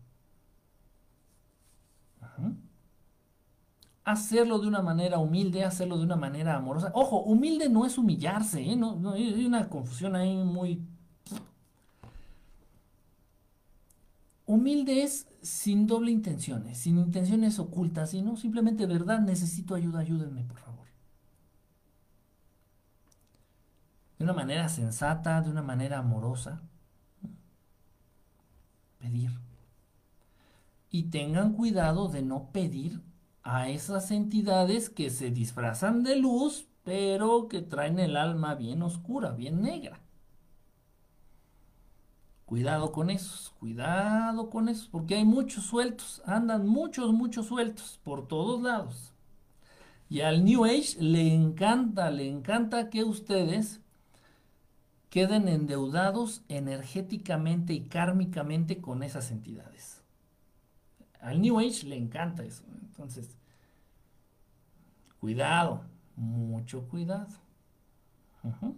Ujú. Hacerlo de una manera humilde, hacerlo de una manera amorosa. Ojo, humilde no es humillarse, ¿eh? No, no, hay una confusión ahí muy... Humilde es sin doble intenciones, sin intenciones ocultas, sino simplemente verdad, necesito ayuda, ayúdenme, por favor. De una manera sensata, de una manera amorosa, pedir. Y tengan cuidado de no pedir a esas entidades que se disfrazan de luz, pero que traen el alma bien oscura, bien negra. Cuidado con esos, cuidado con esos, porque hay muchos sueltos, andan muchos, muchos sueltos por todos lados. Y al New Age le encanta, le encanta que ustedes queden endeudados energéticamente y kármicamente con esas entidades. Al New Age le encanta eso. Entonces, cuidado, mucho cuidado. Ujú.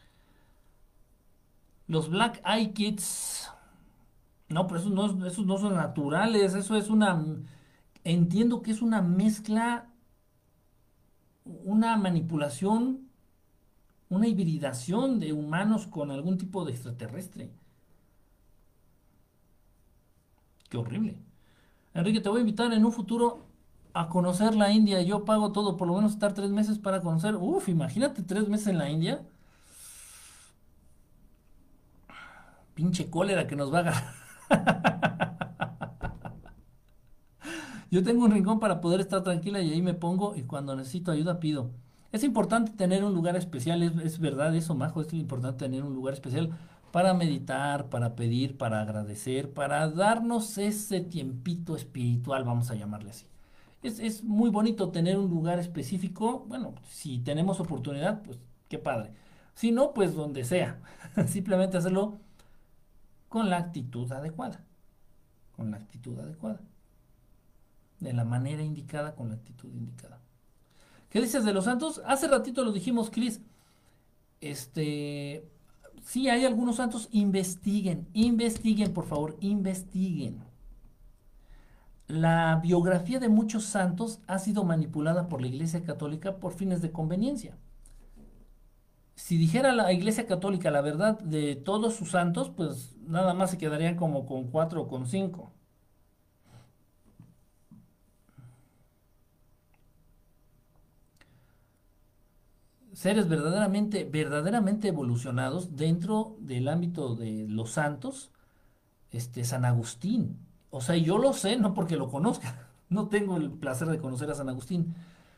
Los Black Eye Kids, no, pero esos no, esos no son naturales, eso es una, entiendo que es una mezcla, una manipulación, una hibridación de humanos con algún tipo de extraterrestre. Qué horrible. Enrique, te voy a invitar en un futuro a conocer la India. Yo pago todo, por lo menos estar tres meses para conocer. Uf, imagínate tres meses en la India. Pinche cólera que nos va a agarrar. Yo tengo un rincón para poder estar tranquila y ahí me pongo y cuando necesito ayuda pido. Es importante tener un lugar especial, es, es verdad eso, Majo, es importante tener un lugar especial para meditar, para pedir, para agradecer, para darnos ese tiempito espiritual, vamos a llamarle así. Es, es muy bonito tener un lugar específico, bueno, si tenemos oportunidad, pues qué padre. Si no, pues donde sea. Simplemente hacerlo con la actitud adecuada. Con la actitud adecuada. De la manera indicada, con la actitud indicada. ¿Qué dices de los santos? Hace ratito lo dijimos, Cris. Este, sí, hay algunos santos. Investiguen, investiguen, por favor, investiguen. La biografía de muchos santos ha sido manipulada por la Iglesia Católica por fines de conveniencia. Si dijera la Iglesia Católica la verdad de todos sus santos, pues nada más se quedarían como con cuatro o con cinco. Seres verdaderamente, verdaderamente evolucionados dentro del ámbito de los santos, este, San Agustín. O sea, yo lo sé, no porque lo conozca, no tengo el placer de conocer a San Agustín,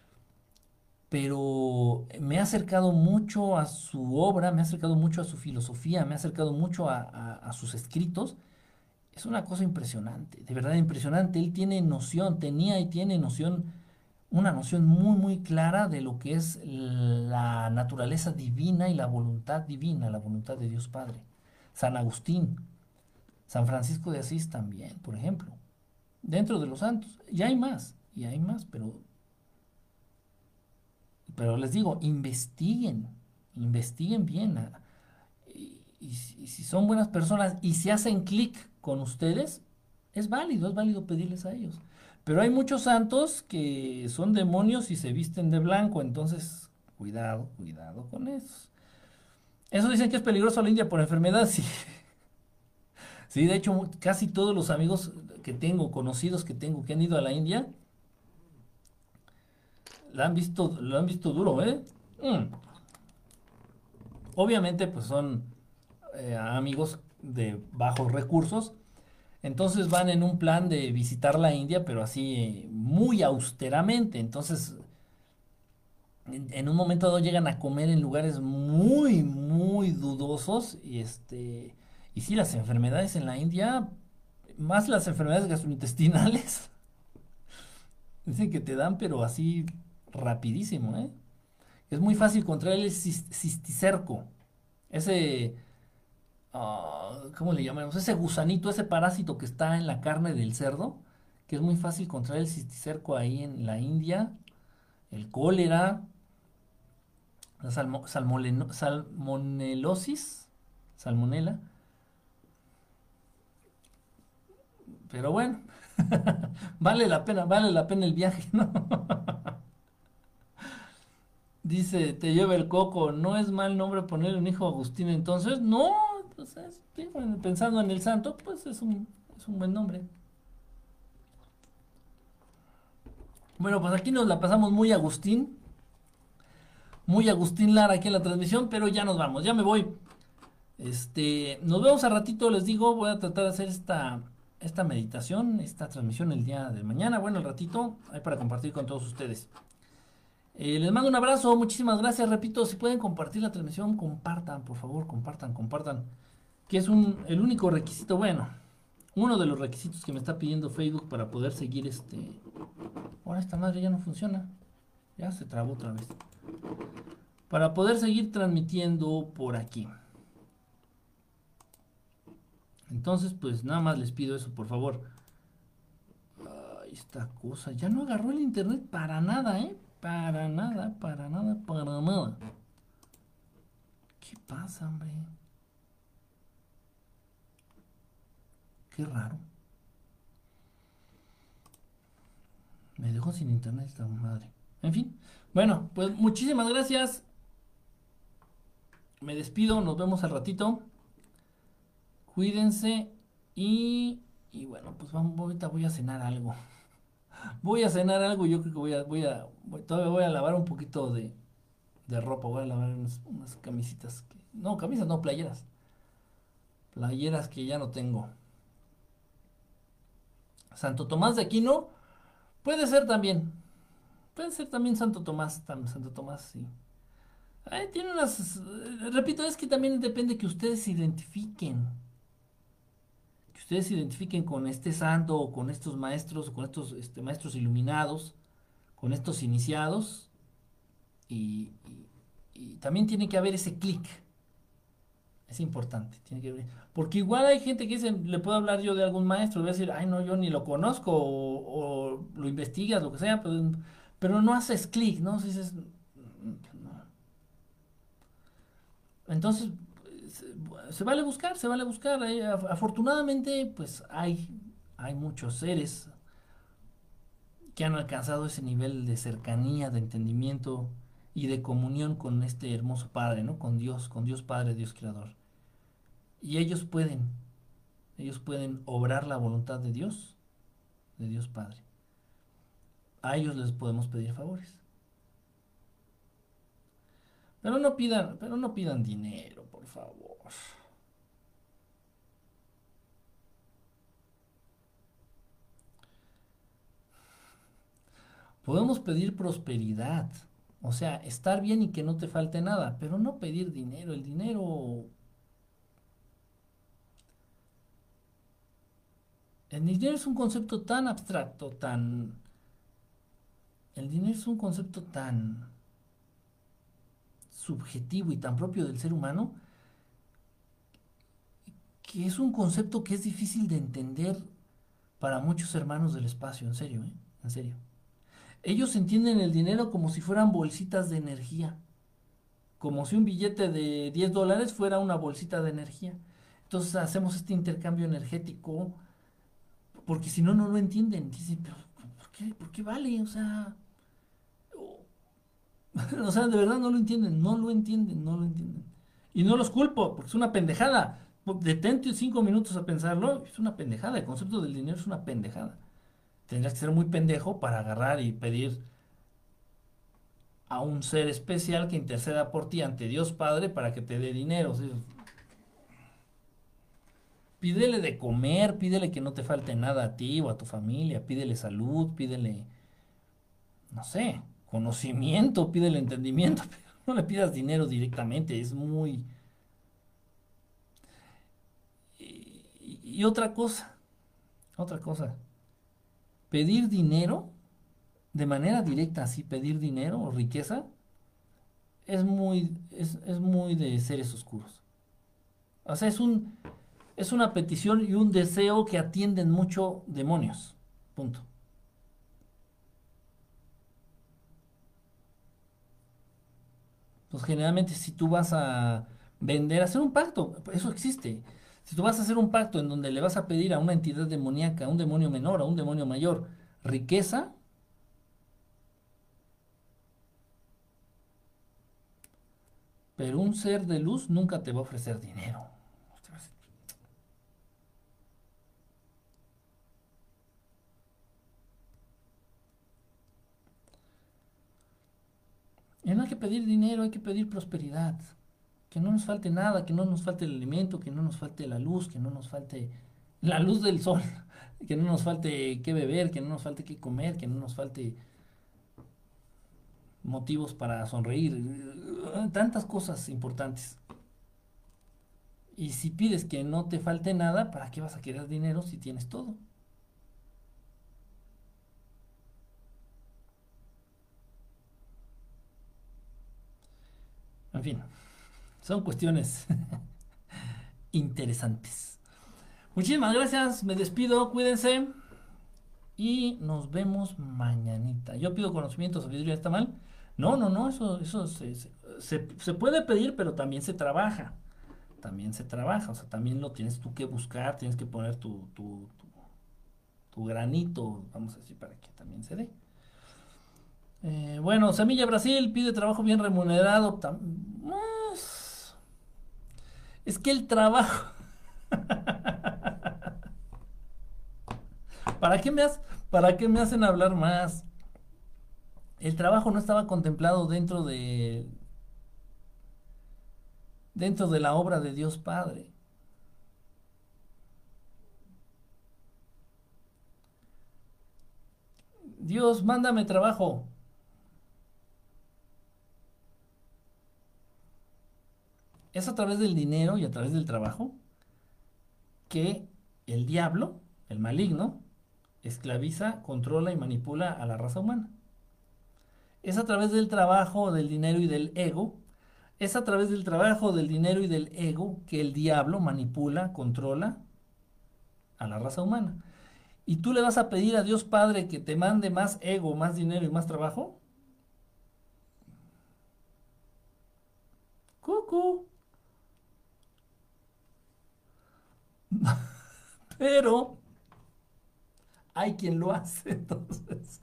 pero me ha acercado mucho a su obra, me ha acercado mucho a su filosofía, me ha acercado mucho a, a- a sus escritos. Es una cosa impresionante, de verdad impresionante. Él tiene noción, tenía y tiene noción, una noción muy, muy clara de lo que es la naturaleza divina y la voluntad divina, la voluntad de Dios Padre. San Agustín, San Francisco de Asís también, por ejemplo, dentro de los santos. Y hay más, y hay más, pero, pero les digo, investiguen, investiguen bien. a- Y, y si y si son buenas personas y si hacen clic con ustedes, es válido, es válido pedirles a ellos. Pero hay muchos santos que son demonios y se visten de blanco, entonces cuidado, cuidado con eso. Eso dicen que es peligroso la India por enfermedad, sí. Sí, de hecho, mu- casi todos los amigos que tengo, conocidos que tengo que han ido a la India, la han visto, lo han visto duro, ¿eh? Mm. Obviamente, pues son eh, amigos de bajos recursos. Entonces van en un plan de visitar la India, pero así eh, muy austeramente. Entonces, en, en un momento dado llegan a comer en lugares muy, muy dudosos. Y este, y sí, las enfermedades en la India, más las enfermedades gastrointestinales, dicen que te dan, pero así rapidísimo, ¿eh? Es muy fácil contraer el cis- cisticerco. Ese, ah, ¿cómo le llamamos? Ese gusanito, ese parásito que está en la carne del cerdo, que es muy fácil contraer el cisticerco ahí en la India, el cólera, la salmo- salmoleno- salmonelosis, salmonela, pero bueno, vale la pena, vale la pena el viaje, ¿no? Dice, te lleva el coco, no es mal nombre ponerle un hijo a Agustín, entonces, no, pues es- sí, bueno, pensando en el santo, pues es un, es un buen nombre. Bueno, pues aquí nos la pasamos muy Agustín, muy Agustín Lara aquí en la transmisión, pero ya nos vamos, ya me voy. Este, nos vemos a ratito, les digo, voy a tratar de hacer esta, esta meditación, esta transmisión el día de mañana, bueno, el ratito, ahí para compartir con todos ustedes. Eh, les mando un abrazo, muchísimas gracias, repito, si pueden compartir la transmisión, compartan, por favor, compartan, compartan, que es un, el único requisito, bueno, uno de los requisitos que me está pidiendo Facebook para poder seguir este... Ahora esta madre ya no funciona, ya se trabó otra vez. Para poder seguir transmitiendo por aquí. Entonces, pues nada más les pido eso, por favor. Ay, esta cosa, ya no agarró el internet para nada, ¿eh? Para nada, para nada, para nada. ¿Qué pasa, hombre? Qué raro. Me dejó sin internet esta madre. En fin. Bueno, pues muchísimas gracias. Me despido, nos vemos al ratito. Cuídense y... Y bueno, pues vamos, ahorita voy a cenar algo. Voy a cenar algo, yo creo que voy a... Voy a voy- todavía voy a lavar un poquito de, de ropa. Voy a lavar unas, unas camisitas. Que- no, camisas, no, playeras. Playeras que ya no tengo. Santo Tomás de Aquino. Puede ser también. Puede ser también Santo Tomás. tam- Santo Tomás, sí. Ay, tiene unas... eh, Repito, es que también depende que ustedes se identifiquen. Que ustedes se identifiquen con este santo o con estos maestros o con estos este, maestros iluminados, con estos iniciados y, y- y también tiene que haber ese clic. Es importante, tiene que haber. Porque igual hay gente que dice, le puedo hablar yo de algún maestro, y voy a decir, ay, no, yo ni lo conozco, o, o lo investigas, lo que sea, pero, pero no haces clic, ¿no? Si dices, no. Entonces, se, se vale buscar, se vale buscar. eh, af- Afortunadamente, pues hay, hay muchos seres que han alcanzado ese nivel de cercanía, de entendimiento y de comunión con este hermoso Padre, ¿no? Con Dios, con Dios Padre, Dios Creador. Y ellos pueden, ellos pueden obrar la voluntad de Dios, de Dios Padre. A ellos les podemos pedir favores. Pero no pidan, pero no pidan dinero, por favor. Podemos pedir prosperidad, o sea, estar bien y que no te falte nada, pero no pedir dinero. El dinero, el dinero es un concepto tan abstracto, tan, el dinero es un concepto tan subjetivo y tan propio del ser humano que es un concepto que es difícil de entender para muchos hermanos del espacio, en serio, ¿eh? En serio. Ellos entienden el dinero como si fueran bolsitas de energía, como si un billete de diez dólares fuera una bolsita de energía. Entonces hacemos este intercambio energético, porque si no, no lo entienden. Dicen, pero ¿por qué, por qué vale? O sea, o, o sea, de verdad no lo entienden, no lo entienden, no lo entienden. Y no los culpo, porque es una pendejada. Detente cinco minutos a pensarlo, es una pendejada. El concepto del dinero es una pendejada. Tendrías que ser muy pendejo para agarrar y pedir a un ser especial que interceda por ti ante Dios Padre para que te dé dinero. O sea, pídele de comer, pídele que no te falte nada a ti o a tu familia, pídele salud, pídele, no sé, conocimiento, pídele entendimiento, pero no le pidas dinero directamente, es muy... Y, y otra cosa, otra cosa, pedir dinero de manera directa, así pedir dinero o riqueza, es muy, es, es muy de seres oscuros. O sea, es un, es una petición y un deseo que atienden mucho demonios. Punto. Pues generalmente si tú vas a vender, hacer un pacto, eso existe. Si tú vas a hacer un pacto en donde le vas a pedir a una entidad demoníaca, a un demonio menor, a un demonio mayor, riqueza, pero un ser de luz nunca te va a ofrecer dinero. Y no hay que pedir dinero, hay que pedir prosperidad. Que no nos falte nada, que no nos falte el alimento, que no nos falte la luz, que no nos falte la luz del sol, que no nos falte qué beber, que no nos falte qué comer, que no nos falte motivos para sonreír, tantas cosas importantes. Y si pides que no te falte nada, ¿para qué vas a querer dinero si tienes todo? En fin, son cuestiones interesantes. Muchísimas gracias, me despido, cuídense y nos vemos mañanita. Yo pido conocimiento, sabiduría, ¿está mal? No, no, no, eso, eso se, se, se- se puede pedir, pero también se trabaja. También se trabaja, o sea, también lo tienes tú que buscar, tienes que poner tu, tu, tu, tu granito, vamos a decir, para que también se dé. Eh, bueno, Semilla Brasil pide trabajo bien remunerado. tam- pues, Es que el trabajo, ¿para qué me has, ¿para qué me hacen hablar más? El trabajo no estaba contemplado dentro de, dentro de la obra de Dios Padre. Dios, mándame trabajo. Es a través del dinero y a través del trabajo que el diablo, el maligno, esclaviza, controla y manipula a la raza humana. Es a través del trabajo, del dinero y del ego Es a través del trabajo, del dinero y del ego que el diablo manipula, controla a la raza humana. ¿Y tú le vas a pedir a Dios Padre que te mande más ego, más dinero y más trabajo? Cucu. Pero hay quien lo hace, entonces,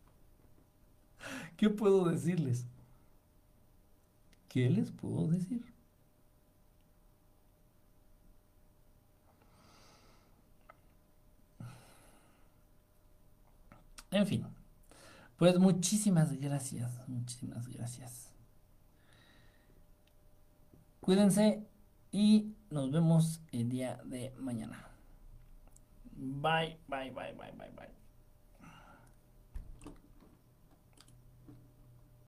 ¿qué puedo decirles? ¿Qué les puedo decir? En fin, pues muchísimas gracias, muchísimas gracias. Cuídense y nos vemos el día de mañana. Bye, bye, bye, bye, bye, bye.